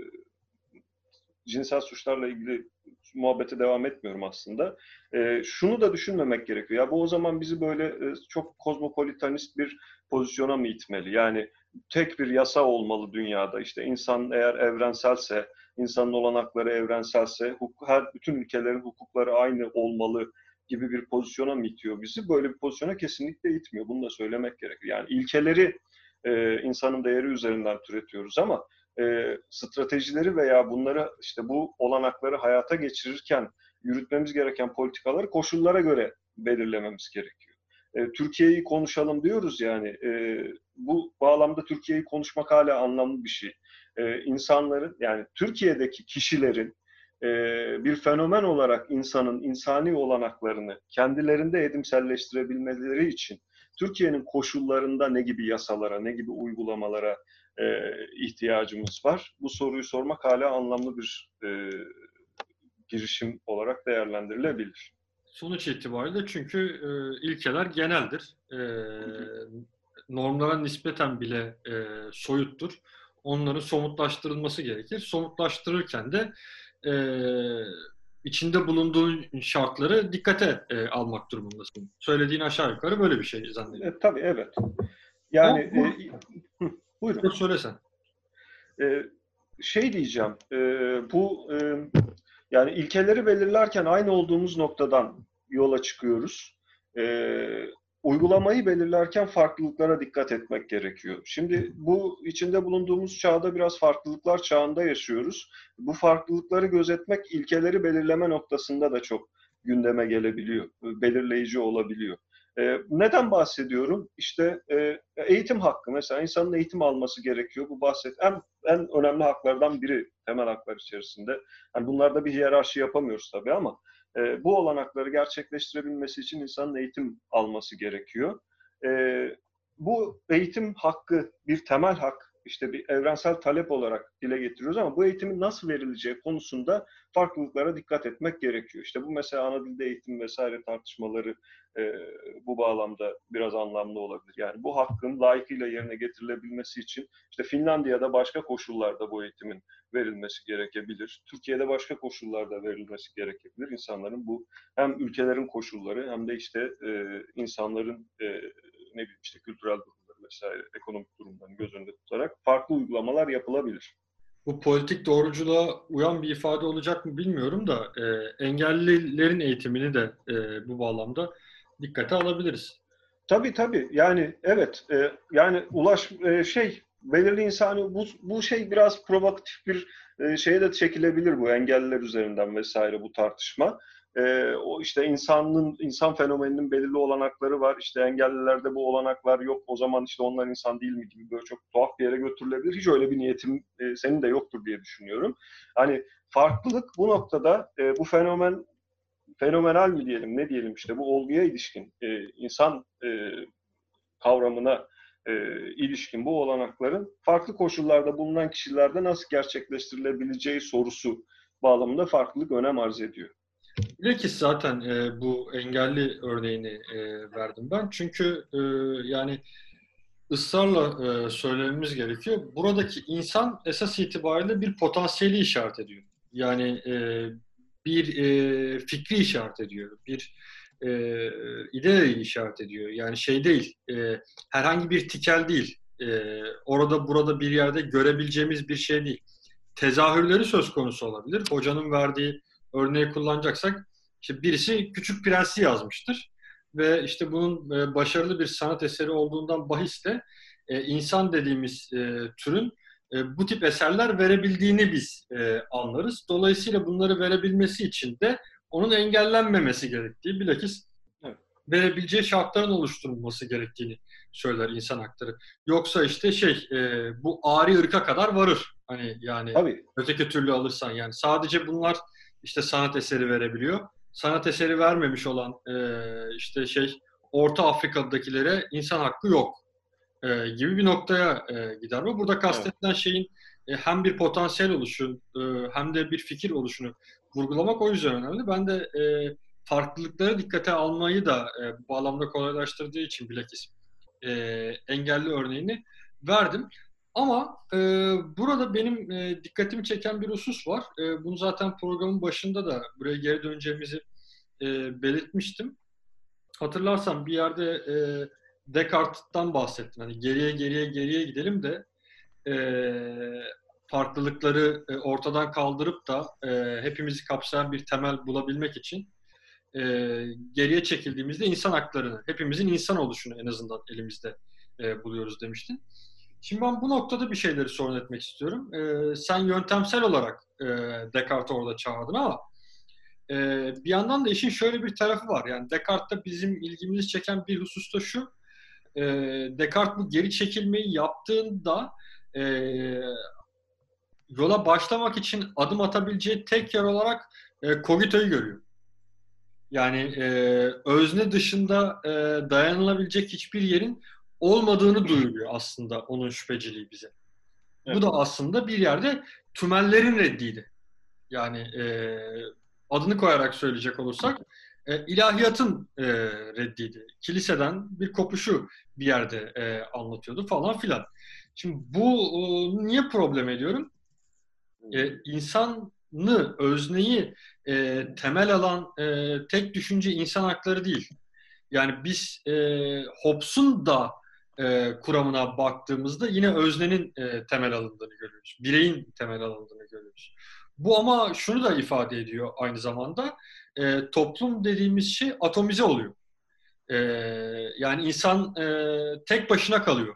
cinsel suçlarla ilgili muhabbete devam etmiyorum aslında. Şunu da düşünmemek gerekiyor. Ya bu o zaman bizi böyle çok kozmopolitanist bir pozisyona mı itmeli? Yani tek bir yasa olmalı dünyada. İşte insan eğer evrenselse, insanın olanakları evrenselse, bütün ülkelerin hukukları aynı olmalı gibi bir pozisyona mı itiyor bizi? Böyle bir pozisyona kesinlikle itmiyor. Bunu da söylemek gerekiyor. Yani ilkeleri insanın değeri üzerinden türetiyoruz ama stratejileri veya bunları işte bu olanakları hayata geçirirken yürütmemiz gereken politikaları koşullara göre belirlememiz gerekiyor. Türkiye'yi konuşalım diyoruz yani bu bağlamda Türkiye'yi konuşmak hala anlamlı bir şey. İnsanların yani Türkiye'deki kişilerin bir fenomen olarak insanın insani olanaklarını kendilerinde edimselleştirebilmeleri için Türkiye'nin koşullarında ne gibi yasalara, ne gibi uygulamalara ihtiyacımız var? Bu soruyu sormak hala anlamlı bir girişim olarak değerlendirilebilir. Sonuç itibariyle çünkü ilkeler geneldir. Normlara nispeten bile soyuttur. Onların somutlaştırılması gerekir. Somutlaştırırken de içinde bulunduğun şartları dikkate almak durumundasın. Söylediğin aşağı yukarı böyle bir şey zannediyorum. Tabii evet. Yani buyurun. Söylesen. Şey diyeceğim, yani ilkeleri belirlerken aynı olduğumuz noktadan yola çıkıyoruz. Uygulamayı belirlerken farklılıklara dikkat etmek gerekiyor. Şimdi bu içinde bulunduğumuz çağda biraz farklılıklar çağında yaşıyoruz. Bu farklılıkları gözetmek ilkeleri belirleme noktasında da çok gündeme gelebiliyor, belirleyici olabiliyor. Neden bahsediyorum? İşte eğitim hakkı. Mesela insanın eğitim alması gerekiyor. Bu en önemli haklardan biri temel haklar içerisinde. Yani bunlarda bir hiyerarşi yapamıyoruz tabii ama bu olanakları gerçekleştirebilmesi için insanın eğitim alması gerekiyor. Bu eğitim hakkı bir temel hak. İşte bir evrensel talep olarak dile getiriyoruz ama bu eğitimin nasıl verileceği konusunda farklılıklara dikkat etmek gerekiyor. İşte bu mesela ana dilde eğitim vesaire tartışmaları bu bağlamda biraz anlamlı olabilir. Yani bu hakkın layıkıyla yerine getirilebilmesi için işte Finlandiya'da başka koşullarda bu eğitimin verilmesi gerekebilir. Türkiye'de başka koşullarda verilmesi gerekebilir. İnsanların bu hem ülkelerin koşulları hem de işte insanların ne bileyim işte kültürel durumları vesaire ekonomik durumlarını göz önünde tutarak farklı uygulamalar yapılabilir. Bu politik doğruculuğa uyan bir ifade olacak mı bilmiyorum da engellilerin eğitimini de bu bağlamda dikkate alabiliriz. Tabii. Yani evet. Yani belirli insani bu şey biraz provokatif bir şeye de çekilebilir bu engelliler üzerinden vesaire bu tartışma. O işte insan fenomeninin belirli olanakları var. İşte engellilerde bu olanaklar yok. O zaman işte onlar insan değil mi gibi böyle çok tuhaf bir yere götürülebilir. Hiç öyle bir niyetim senin de yoktur diye düşünüyorum. Hani farklılık bu noktada bu fenomenal mi diyelim, ne diyelim işte bu olguya ilişkin, insan kavramına ilişkin bu olanakların farklı koşullarda bulunan kişilerde nasıl gerçekleştirilebileceği sorusu bağlamında farklılık önem arz ediyor. Bilakis zaten bu engelli örneğini verdim ben. Çünkü yani ısrarla söylememiz gerekiyor. Buradaki insan esas itibariyle bir potansiyeli işaret ediyor. Yani bir fikri işaret ediyor. Bir ideyi işaret ediyor. Yani şey değil, herhangi bir tikel değil. Orada burada bir yerde görebileceğimiz bir şey değil. Tezahürleri söz konusu olabilir. Hocanın verdiği örneği kullanacaksak işte birisi Küçük Prens'i yazmıştır. Ve işte bunun başarılı bir sanat eseri olduğundan bahisle insan dediğimiz türün bu tip eserler verebildiğini biz anlarız. Dolayısıyla bunları verebilmesi için de onun engellenmemesi gerektiği bilakis verebileceği şartların oluşturulması gerektiğini söyler insan hakları. Yoksa işte bu ari ırka kadar varır. Hani yani Tabii. öteki türlü alırsan yani sadece bunlar işte sanat eseri verebiliyor. Sanat eseri vermemiş olan Orta Afrika'dakilere insan hakkı yok gibi bir noktaya gider. Ve burada kastedilen şeyin hem bir potansiyel oluşu hem de bir fikir oluşunu vurgulamak o yüzden önemli. Ben de farklılıkları dikkate almayı da bu bağlamda kolaylaştırdığı için bilakis engelli örneğini verdim. Ama burada benim dikkatimi çeken bir husus var. Bunu zaten programın başında da buraya geri döneceğimizi belirtmiştim. Hatırlarsan bir yerde Descartes'tan bahsettim. Hani geriye gidelim de farklılıkları ortadan kaldırıp da hepimizi kapsayan bir temel bulabilmek için geriye çekildiğimizde insan haklarını, hepimizin insan oluşunu en azından elimizde buluyoruz demiştin. Şimdi ben bu noktada bir şeyleri sorun etmek istiyorum. Sen yöntemsel olarak Descartes'i orada çağırdın ama bir yandan da işin şöyle bir tarafı var. Yani Descartes'ta bizim ilgimizi çeken bir husus da şu. Descartes bu geri çekilmeyi yaptığında yola başlamak için adım atabileceği tek yer olarak Cogito'yu görüyor. Yani özne dışında dayanılabilecek hiçbir yerin olmadığını duyuruyor aslında onun şüpheciliği bize. Evet. Bu da aslında bir yerde tümellerin reddiydi. Yani adını koyarak söyleyecek olursak ilahiyatın reddiydi. Kiliseden bir kopuşu bir yerde anlatıyordu falan filan. Şimdi bu niye problem ediyorum? İnsanı, özneyi temel alan tek düşünce insan hakları değil. Yani biz Hobbes'un da kuramına baktığımızda yine öznenin temel alındığını görüyoruz. Bireyin temel alındığını görüyoruz. Bu ama şunu da ifade ediyor aynı zamanda. Toplum dediğimiz şey atomize oluyor. Yani insan tek başına kalıyor.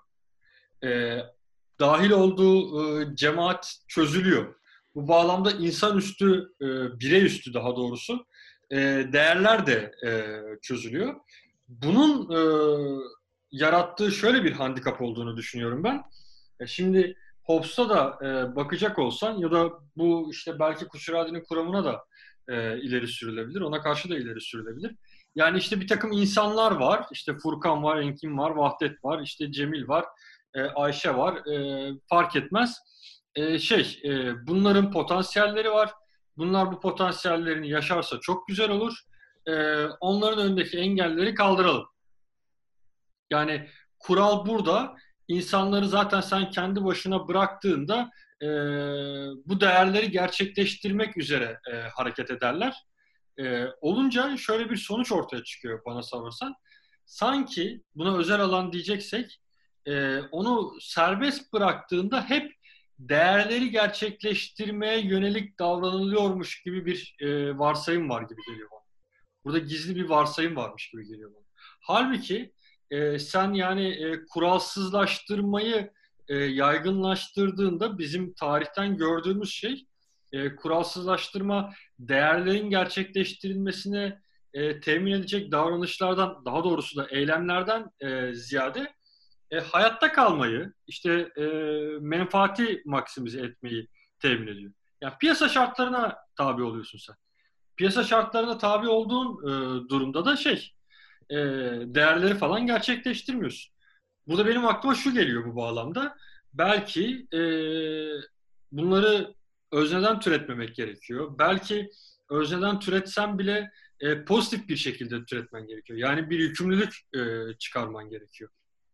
Dahil olduğu cemaat çözülüyor. Bu bağlamda insanüstü, birey üstü daha doğrusu değerler de çözülüyor. Bunun yarattığı şöyle bir handikap olduğunu düşünüyorum ben. Şimdi Hobbes'a da bakacak olsan ya da bu işte belki Kuşuradi'nin kuramına da ileri sürülebilir. Ona karşı da ileri sürülebilir. Yani işte bir takım insanlar var. İşte Furkan var, Enkin var, Vahdet var, işte Cemil var, Ayşe var. Fark etmez. Bunların potansiyelleri var. Bunlar bu potansiyellerini yaşarsa çok güzel olur. Onların önündeki engelleri kaldıralım. Yani kural burada. İnsanları zaten sen kendi başına bıraktığında bu değerleri gerçekleştirmek üzere hareket ederler. Olunca şöyle bir sonuç ortaya çıkıyor bana sorarsan. Sanki buna özel alan diyeceksek onu serbest bıraktığında hep değerleri gerçekleştirmeye yönelik davranılıyormuş gibi bir varsayım var gibi geliyor bana. Burada gizli bir varsayım varmış gibi geliyor bana. Halbuki sen yani kuralsızlaştırmayı yaygınlaştırdığında bizim tarihten gördüğümüz şey kuralsızlaştırma değerlerin gerçekleştirilmesine temin edecek davranışlardan, daha doğrusu da eylemlerden ziyade hayatta kalmayı, işte menfaati maksimize etmeyi temin ediyor. Yani piyasa şartlarına tabi oluyorsun sen. Piyasa şartlarına tabi olduğun durumda da değerleri falan gerçekleştirmiyorsun. Burada benim aklıma şu geliyor bu bağlamda. Belki bunları özneden türetmemek gerekiyor. Belki özneden türetsen bile pozitif bir şekilde türetmen gerekiyor. Yani bir yükümlülük çıkarman gerekiyor.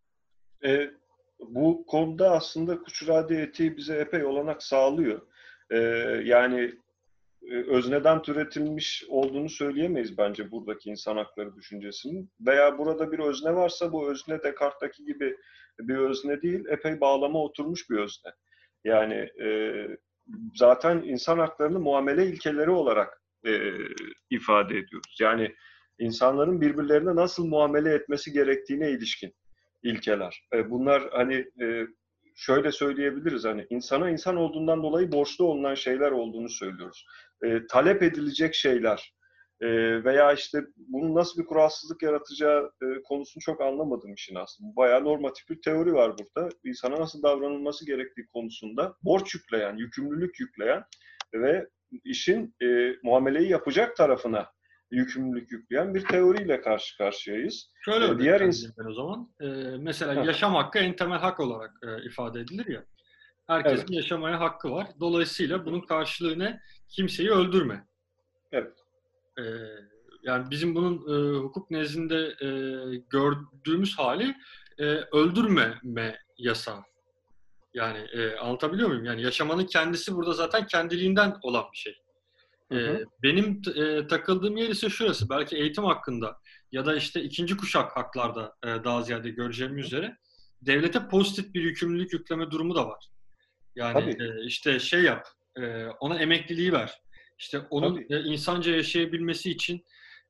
Bu konuda aslında Kuşuradi etiği bize epey olanak sağlıyor. Yani özneden türetilmiş olduğunu söyleyemeyiz bence buradaki insan hakları düşüncesinin. Veya burada bir özne varsa bu özne Descartes'taki gibi bir özne değil, epey bağlama oturmuş bir özne. Yani zaten insan haklarını muamele ilkeleri olarak ifade ediyoruz. Yani insanların birbirlerine nasıl muamele etmesi gerektiğine ilişkin ilkeler. Bunlar hani şöyle söyleyebiliriz, hani insana insan olduğundan dolayı borçlu olunan şeyler olduğunu söylüyoruz. Talep edilecek şeyler, Veya işte bunun nasıl bir kuralsızlık yaratacağı konusunu çok anlamadım işin aslında. Bayağı normatif bir teori var burada. İnsana nasıl davranılması gerektiği konusunda borç yükleyen, yükümlülük yükleyen ve işin muameleyi yapacak tarafına yükümlülük yükleyen bir teoriyle karşı karşıyayız. Şöyle Diğer ben o zaman. Mesela yaşam hakkı en temel hak olarak ifade edilir ya. Herkesin Evet. yaşamaya hakkı var. Dolayısıyla bunun karşılığı ne? Kimseyi öldürme. Evet. E, Yani bizim bunun hukuk nezdinde gördüğümüz hali öldürmeme yasağı. Yani anlatabiliyor muyum? Yani yaşamanın kendisi burada zaten kendiliğinden olan bir şey. Benim takıldığım yer ise şurası. Belki eğitim hakkında ya da işte ikinci kuşak haklarda daha ziyade göreceğimiz üzere devlete pozitif bir yükümlülük yükleme durumu da var. Yani işte şey yap, ona emekliliği ver. İşte onun insanca yaşayabilmesi için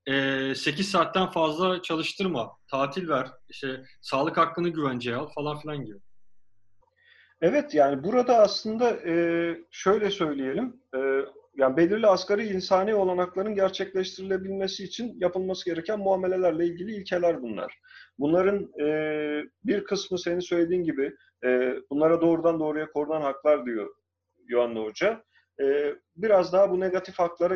8 saatten fazla çalıştırma, tatil ver, işte sağlık hakkını güvenceye al falan filan gibi. Evet, yani burada aslında şöyle söyleyelim, yani belirli asgari insani olanakların gerçekleştirilebilmesi için yapılması gereken muamelelerle ilgili ilkeler bunlar. Bunların bir kısmı senin söylediğin gibi bunlara doğrudan doğruya korunan haklar diyor Yuhanna Hoca. Biraz daha bu negatif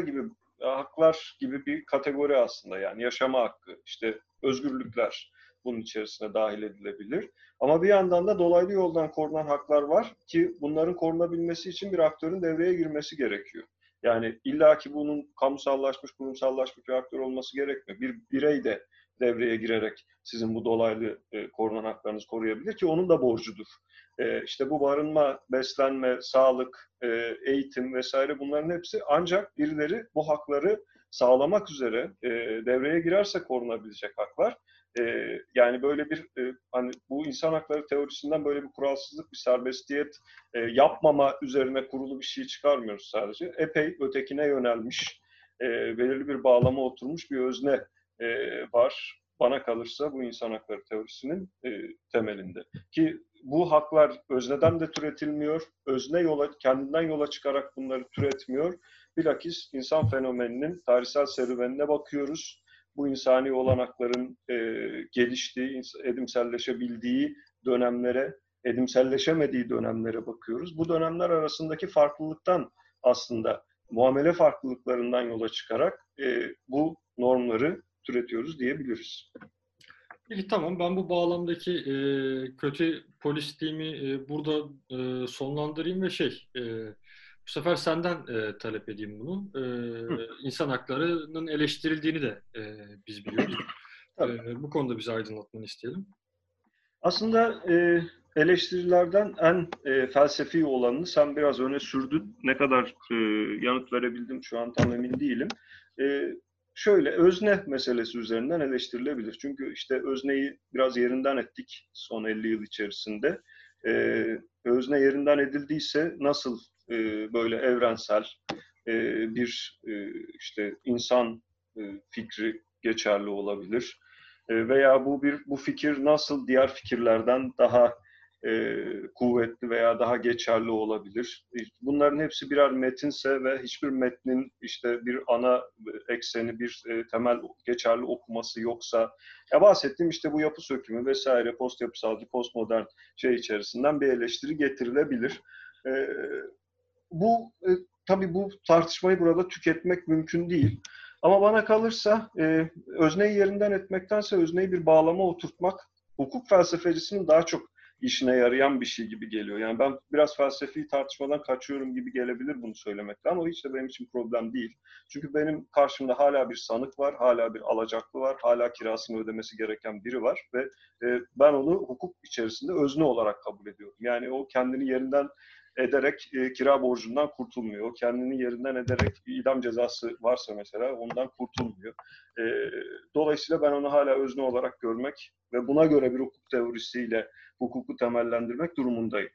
haklar gibi bir kategori aslında, yani yaşama hakkı, işte özgürlükler bunun içerisine dahil edilebilir. Ama bir yandan da dolaylı yoldan korunan haklar var ki bunların korunabilmesi için bir aktörün devreye girmesi gerekiyor. Yani illaki bunun kamusallaşmış, kurumsallaşmış bir aktör olması gerekmiyor. Bir birey de devreye girerek sizin bu dolaylı korunan haklarınızı koruyabilir ki onun da borcudur. İşte bu barınma, beslenme, sağlık, eğitim vesaire, bunların hepsi ancak birileri bu hakları sağlamak üzere devreye girerse korunabilecek haklar. Yani böyle bir hani bu insan hakları teorisinden böyle bir kuralsızlık, bir serbestiyet yapmama üzerine kurulu bir şey çıkarmıyoruz sadece. Epey ötekine yönelmiş, belirli bir bağlama oturmuş bir özne var. Bana kalırsa bu insan hakları teorisinin temelinde. Ki bu haklar özneden de türetilmiyor, özne kendinden yola çıkarak bunları türetmiyor. Bilakis insan fenomeninin tarihsel serüvenine bakıyoruz. Bu insani olanakların geliştiği, edimselleşebildiği dönemlere, edimselleşemediği dönemlere bakıyoruz. Bu dönemler arasındaki farklılıktan, aslında muamele farklılıklarından yola çıkarak bu normları türetiyoruz diyebiliriz. Peki tamam, ben bu bağlamdaki kötü polisliğimi burada sonlandırayım ve bu sefer senden talep edeyim bunu. İnsan haklarının eleştirildiğini de biz biliyoruz. Bu konuda bizi aydınlatmanı isteyelim. Aslında eleştirilerden en felsefi olanını sen biraz öne sürdün. Ne kadar yanıt verebildim şu an tam emin değilim. Şöyle, özne meselesi üzerinden eleştirilebilir. Çünkü işte özneyi biraz yerinden ettik son 50 yıl içerisinde. Özne yerinden edildiyse nasıl böyle evrensel bir işte insan fikri geçerli olabilir? Veya bu fikir nasıl diğer fikirlerden daha kuvvetli veya daha geçerli olabilir? Bunların hepsi birer metinse ve hiçbir metnin işte bir ana ekseni, bir temel geçerli okuması yoksa, ya bahsettiğim işte bu yapı sökümü vesaire, post yapısalcı, postmodern içerisinden bir eleştiri getirilebilir. Tabii bu tartışmayı burada tüketmek mümkün değil. Ama bana kalırsa özneyi yerinden etmektense özneyi bir bağlama oturtmak hukuk felsefecisinin daha çok işine yarayan bir şey gibi geliyor. Yani ben biraz felsefi tartışmadan kaçıyorum gibi gelebilir bunu söylemekle, ama hiç de benim için problem değil. Çünkü benim karşımda hala bir sanık var, hala bir alacaklı var, hala kirasını ödemesi gereken biri var ve ben onu hukuk içerisinde özne olarak kabul ediyorum. Yani o kendini yerinden ederek kira borcundan kurtulmuyor. Kendini yerinden ederek idam cezası varsa mesela ondan kurtulmuyor. Dolayısıyla ben onu hala özne olarak görmek ve buna göre bir hukuk teorisiyle hukuku temellendirmek durumundayım.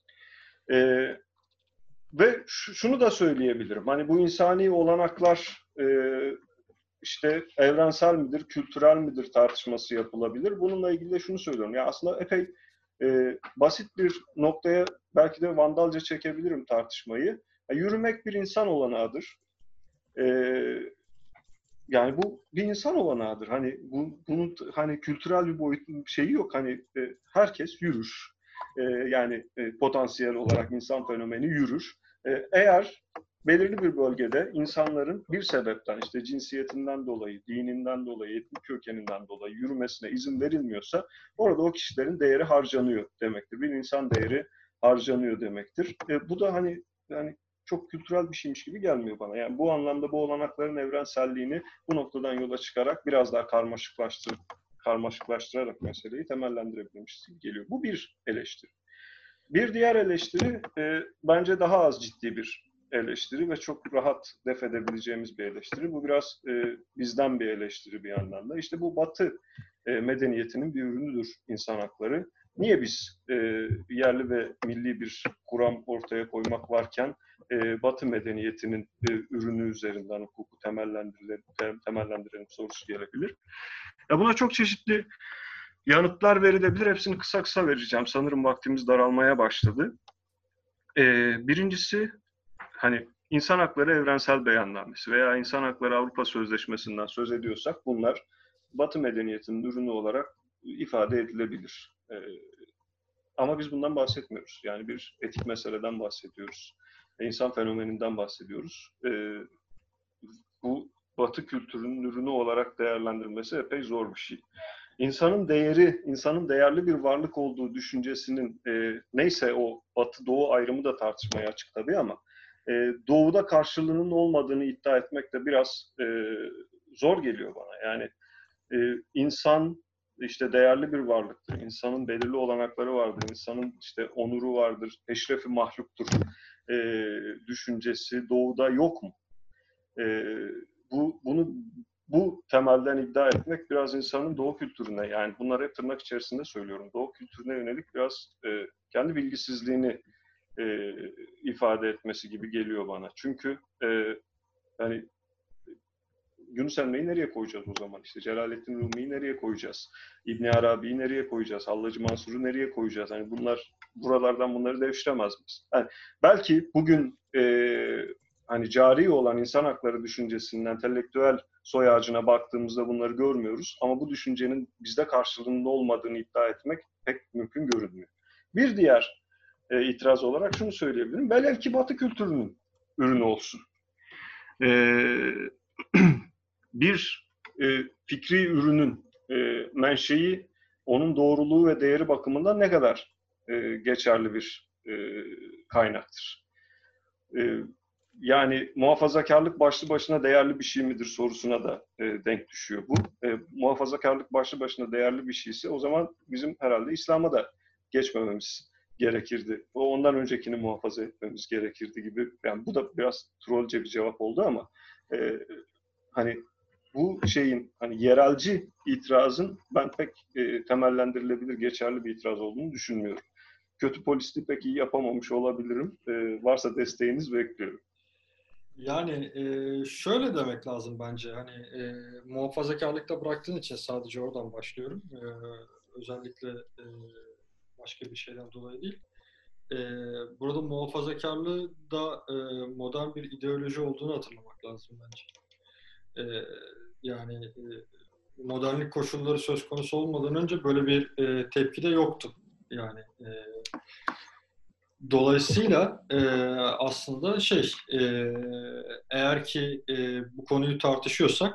Ve şunu da söyleyebilirim. Hani bu insani olanaklar işte evrensel midir, kültürel midir tartışması yapılabilir. Bununla ilgili de şunu söylüyorum. Ya aslında epey basit bir noktaya belki de vandalca çekebilirim tartışmayı. Yürümek bir insan olanağıdır. yani bu bir insan olanağıdır. Hani bunun hani kültürel bir boyutun şeyi yok. Hani herkes yürür. Yani potansiyel olarak insan fenomeni yürür. Eğer belirli bir bölgede insanların bir sebepten, işte cinsiyetinden dolayı, dininden dolayı, etnik kökeninden dolayı yürümesine izin verilmiyorsa orada o kişilerin değeri harcanıyor demektir. Bir insan değeri harcanıyor demektir. Bu da hani yani çok kültürel bir şeymiş gibi gelmiyor bana. Yani bu anlamda bu olanakların evrenselliğini bu noktadan yola çıkarak biraz daha karmaşıklaştırarak meseleyi temellendirebilmiş gibi geliyor. Bu bir eleştiri. Bir diğer eleştiri bence daha az ciddi bir eleştiri ve çok rahat def edebileceğimiz bir eleştiri. Bu biraz bizden bir eleştiri bir yandan da. İşte bu Batı medeniyetinin bir ürünüdür insan hakları. Niye biz yerli ve milli bir kuram ortaya koymak varken Batı medeniyetinin ürünü üzerinden hukuku temellendirelim sorusu gelebilir. Ya buna çok çeşitli yanıtlar verilebilir. Hepsini kısa kısa vereceğim. Sanırım vaktimiz daralmaya başladı. Birincisi, hani insan hakları evrensel beyannamesi veya insan hakları Avrupa Sözleşmesi'nden söz ediyorsak bunlar Batı medeniyetinin ürünü olarak ifade edilebilir. Ama biz bundan bahsetmiyoruz. Yani bir etik meseleden bahsediyoruz. İnsan fenomeninden bahsediyoruz. Bu Batı kültürünün ürünü olarak değerlendirilmesi epey zor bir şey. İnsanın değeri, insanın değerli bir varlık olduğu düşüncesinin neyse o Batı-Doğu ayrımı da tartışmaya açık tabii ama Doğu'da karşılığının olmadığını iddia etmek de biraz zor geliyor bana. Yani insan işte değerli bir varlıktır. İnsanın belirli olanakları vardır. İnsanın işte onuru vardır. Eşrefi mahluktur. Düşüncesi Doğu'da yok mu? Bu temelden iddia etmek biraz insanın Doğu kültürüne, yani bunları hep tırnak içerisinde söylüyorum, Doğu kültürüne yönelik biraz kendi bilgisizliğini ifade etmesi gibi geliyor bana. Çünkü hani Yunus Emre'yi nereye koyacağız o zaman? İşte Celaleddin Rumi'yi nereye koyacağız? İbn Arabi'yi nereye koyacağız? Hallacı Mansur'u nereye koyacağız? Hani buralardan bunları devşiremez miyiz? Yani belki bugün hani cari olan insan hakları düşüncesinin entelektüel soy ağacına baktığımızda bunları görmüyoruz. Ama bu düşüncenin bizde karşılığında olmadığını iddia etmek pek mümkün görünmüyor. Bir diğer itiraz olarak şunu söyleyebilirim. Velev ki Batı kültürünün ürünü olsun. Bir fikri ürünün menşei, onun doğruluğu ve değeri bakımından ne kadar geçerli bir kaynaktır. Yani muhafazakarlık başlı başına değerli bir şey midir sorusuna da denk düşüyor bu. Muhafazakarlık başlı başına değerli bir şeyse o zaman bizim herhalde İslam'a da geçmememiz gerekirdi. Ondan öncekini muhafaza etmemiz gerekirdi gibi. Yani bu da biraz trollce bir cevap oldu ama hani bu şeyin hani yerelci itirazın ben pek temellendirilebilir, geçerli bir itiraz olduğunu düşünmüyorum. Kötü polisliği pek iyi yapamamış olabilirim. Varsa desteğiniz bekliyorum. Yani şöyle demek lazım bence. Hani muhafazakarlıkta bıraktığın için sadece oradan başlıyorum. Özellikle başka bir şeyden dolayı değil. Burada muhafazakarlığı da modern bir ideoloji olduğunu hatırlamak lazım bence. Yani modernlik koşulları söz konusu olmadan önce böyle bir tepki de yoktu. Yani dolayısıyla aslında eğer ki bu konuyu tartışıyorsak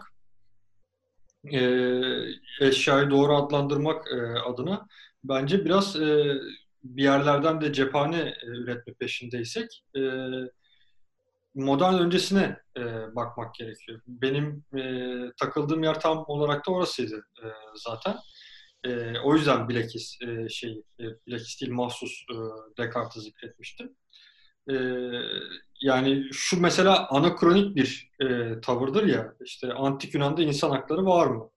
eşyayı doğru adlandırmak adına bence biraz bir yerlerden de cephane üretme peşindeysek modern öncesine bakmak gerekiyor. Benim takıldığım yer tam olarak da orasıydı zaten. O yüzden bilakis bilakis değil mahsus Descartes'i zikretmiştim. Yani şu mesela anakronik bir tavırdır ya, işte Antik Yunan'da insan hakları var mı?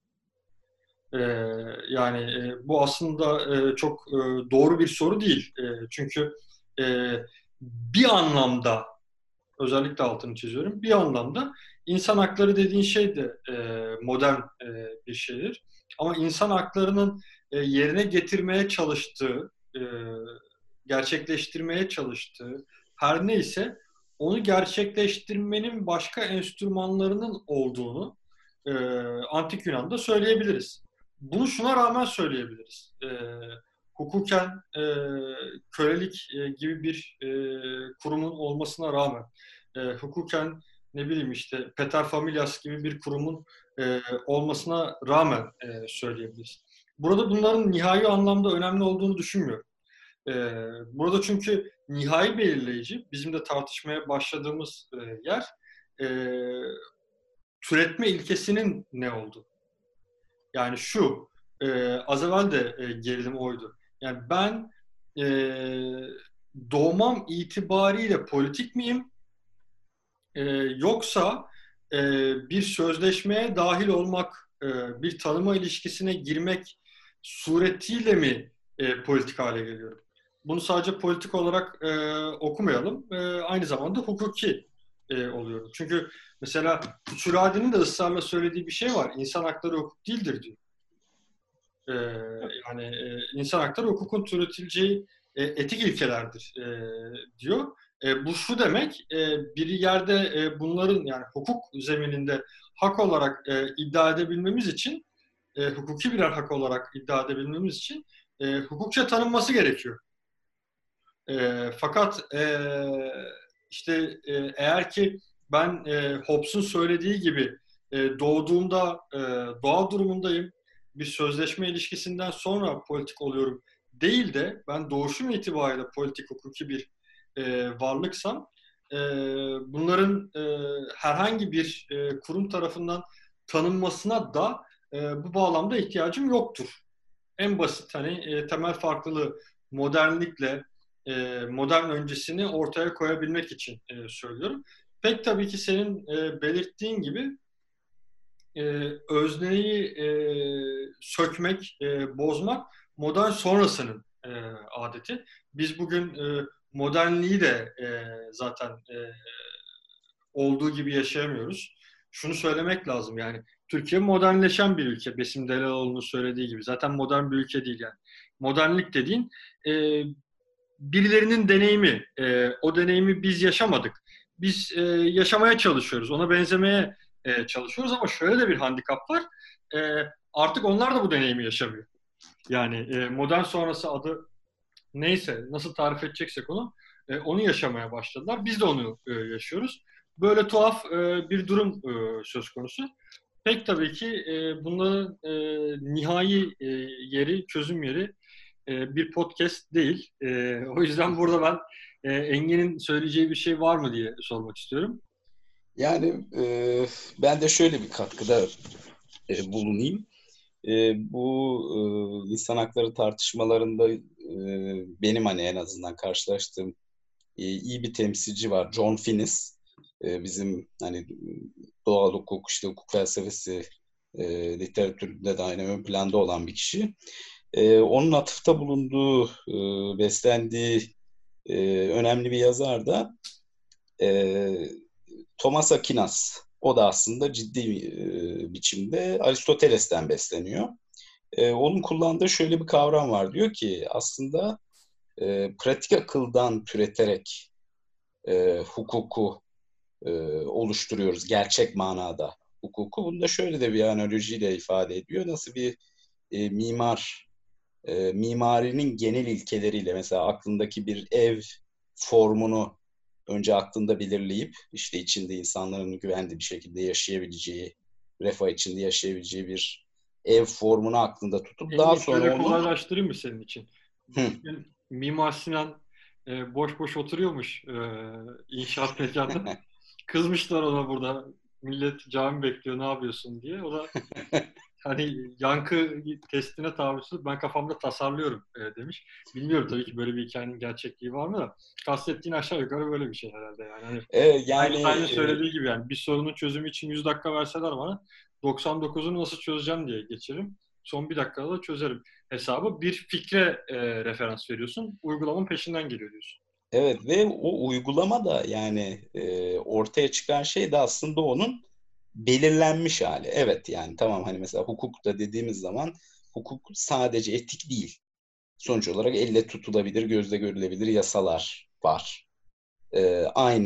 Yani bu aslında çok doğru bir soru değil. Çünkü bir anlamda, özellikle altını çiziyorum, bir anlamda insan hakları dediğin şey de modern bir şeydir. Ama insan haklarının yerine getirmeye çalıştığı, gerçekleştirmeye çalıştığı her neyse onu gerçekleştirmenin başka enstrümanlarının olduğunu Antik Yunan'da söyleyebiliriz. Bunu şuna rağmen söyleyebiliriz. Hukuken kölelik gibi bir kurumun olmasına rağmen, hukuken ne bileyim işte paterfamilias gibi bir kurumun olmasına rağmen söyleyebiliriz. Burada bunların nihai anlamda önemli olduğunu düşünmüyorum. Burada çünkü nihai belirleyici, bizim de tartışmaya başladığımız yer, türetme ilkesinin ne olduğu. Yani şu, az evvel de gerilim oydu. Yani ben doğmam itibariyle politik miyim? Yoksa bir sözleşmeye dahil olmak, bir tanıma ilişkisine girmek suretiyle mi politik hale geliyorum? Bunu sadece politik olarak okumayalım. Aynı zamanda hukuki oluyorum. Çünkü mesela Süradi'nin de ısrarla söylediği bir şey var. İnsan hakları hukuk değildir diyor. Yani insan hakları hukukun türetileceği etik ilkelerdir diyor. Bu şu demek, bir yerde bunların yani hukuk zemininde hak olarak iddia edebilmemiz için, hukuki birer hak olarak iddia edebilmemiz için hukukça tanınması gerekiyor. Fakat işte eğer ki ben Hobbes'un söylediği gibi doğduğumda doğa durumundayım, bir sözleşme ilişkisinden sonra politik oluyorum değil de ben doğuşum itibariyle politik hukuki bir varlıksam, bunların herhangi bir kurum tarafından tanınmasına da bu bağlamda ihtiyacım yoktur. En basit hani temel farklılığı modernlikle modern öncesini ortaya koyabilmek için söylüyorum. Pek tabii ki senin belirttiğin gibi özneyi sökmek, bozmak modern sonrasının adeti. Biz bugün modernliği de zaten olduğu gibi yaşayamıyoruz. Şunu söylemek lazım yani Türkiye modernleşen bir ülke. Besim Delaloğlu'nun söylediği gibi. Zaten modern bir ülke değil yani. Modernlik dediğin birilerinin deneyimi. O deneyimi biz yaşamadık. Biz yaşamaya çalışıyoruz. Ona benzemeye çalışıyoruz ama şöyle de bir handikap var. Artık onlar da bu deneyimi yaşamıyor. Yani modern sonrası adı neyse, nasıl tarif edeceksek onu yaşamaya başladılar. Biz de onu yaşıyoruz. Böyle tuhaf bir durum söz konusu. Pek tabii ki bunların nihai yeri, çözüm yeri bir podcast değil. O yüzden burada ben Engin'in söyleyeceği bir şey var mı diye sormak istiyorum. Yani ben de şöyle bir katkıda bulunayım. Bu insan hakları tartışmalarında benim hani en azından karşılaştığım iyi bir temsilci var. John Finnis. Bizim hani doğal hukuk, işte hukuk felsefesi literatüründe de aynı ön planda olan bir kişi. Onun atıfta bulunduğu, beslendiği önemli bir yazar da Thomas Aquinas. O da aslında ciddi biçimde Aristoteles'ten besleniyor. Onun kullandığı şöyle bir kavram var. Diyor ki aslında pratik akıldan türeterek hukuku oluşturuyoruz gerçek manada hukuku. Bunu da şöyle de bir analojiyle ifade ediyor. Nasıl bir mimar mimarinin genel ilkeleriyle mesela aklındaki bir ev formunu önce aklında belirleyip işte içinde insanların güvenli bir şekilde yaşayabileceği, refah içinde yaşayabileceği bir ev formunu aklında tutup daha sonra şöyle onu... kolaylaştırayım mı senin için? Mimar Sinan boş boş oturuyormuş inşaat mekanında. Kızmışlar ona burada. Millet cami bekliyor, ne yapıyorsun diye. O da hani yankı testine tabi, ben kafamda tasarlıyorum demiş. Bilmiyorum tabii ki böyle bir hikayenin gerçekliği var mı da. Kastettiğin aşağı yukarı böyle bir şey herhalde yani. Hani aynı söylediği gibi yani bir sorunun çözümü için 100 dakika verseler bana 99'unu nasıl çözeceğim diye geçiririm. Son bir dakikada da çözerim hesabı. Bir fikre referans veriyorsun. Uygulamanın peşinden geliyor diyorsun. Evet ve o uygulama da yani ortaya çıkan şey de aslında onun belirlenmiş hali. Evet yani tamam hani mesela hukukta dediğimiz zaman hukuk sadece etik değil. Sonuç olarak elle tutulabilir, gözle görülebilir yasalar var. Aynı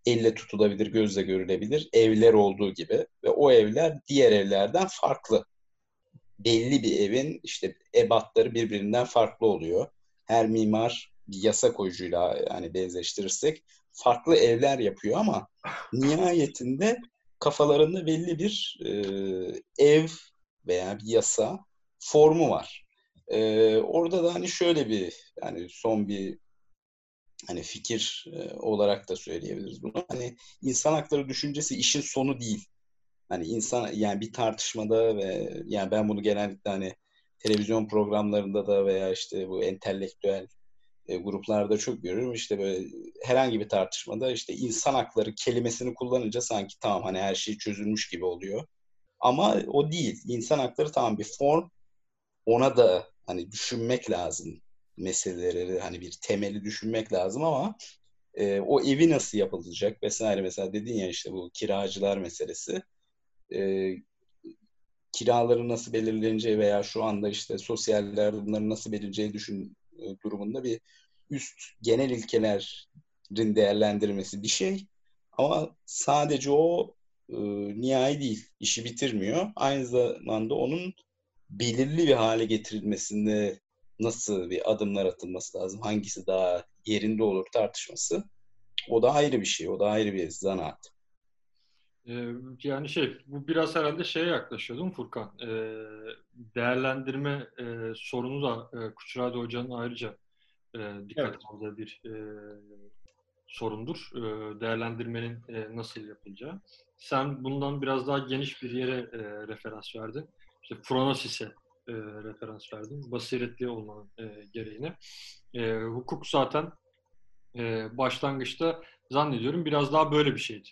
elle tutulabilir, gözle görülebilir evler olduğu gibi ve o evler diğer evlerden farklı. Belli bir evin işte ebatları birbirinden farklı oluyor. Her mimar bir yasa koyucuyla yani benzeştirirsek farklı evler yapıyor ama nihayetinde kafalarında belli bir ev veya bir yasa formu var. Orada da hani şöyle bir yani son bir hani fikir olarak da söyleyebiliriz bunu. Hani insan hakları düşüncesi işin sonu değil. Hani insan yani bir tartışmada ve yani ben bunu genellikle hani televizyon programlarında da veya işte bu entelektüel gruplarda çok görüyorum. İşte böyle herhangi bir tartışmada işte insan hakları kelimesini kullanınca sanki tamam hani her şey çözülmüş gibi oluyor. Ama o değil. İnsan hakları tamam bir form. Ona da hani düşünmek lazım meseleleri hani bir temeli düşünmek lazım ama o evi nasıl yapılacak vesaire mesela dedin ya işte bu kiracılar meselesi. E, Kiraların nasıl belirleneceği veya şu anda işte sosyal yardımların nasıl belirleneceği durumunda bir üst genel ilkelerin değerlendirmesi bir şey. Ama sadece o nihai değil, işi bitirmiyor. Aynı zamanda onun belirli bir hale getirilmesinde nasıl bir adımlar atılması lazım, hangisi daha yerinde olur tartışması. O da ayrı bir şey, o da ayrı bir zanaat. Yani bu biraz herhalde şeye yaklaşıyor değil mi Furkan? Değerlendirme sorunu da Kuçurade Hoca'nın ayrıca dikkat Evet. aldığı bir sorundur. Değerlendirmenin nasıl yapılacağı. Sen bundan biraz daha geniş bir yere referans verdin. İşte Phronosis'e referans verdin. Basiretli olmanın gereğine. Hukuk zaten başlangıçta zannediyorum biraz daha böyle bir şeydi.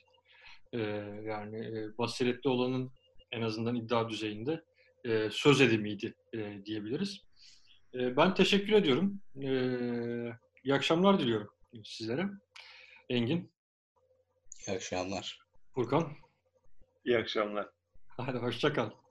Basiretli olanın en azından iddia düzeyinde söz edimiydi diyebiliriz. Ben teşekkür ediyorum. İyi akşamlar diliyorum sizlere. Engin, İyi akşamlar. Furkan, İyi akşamlar. hadi hoşça kal.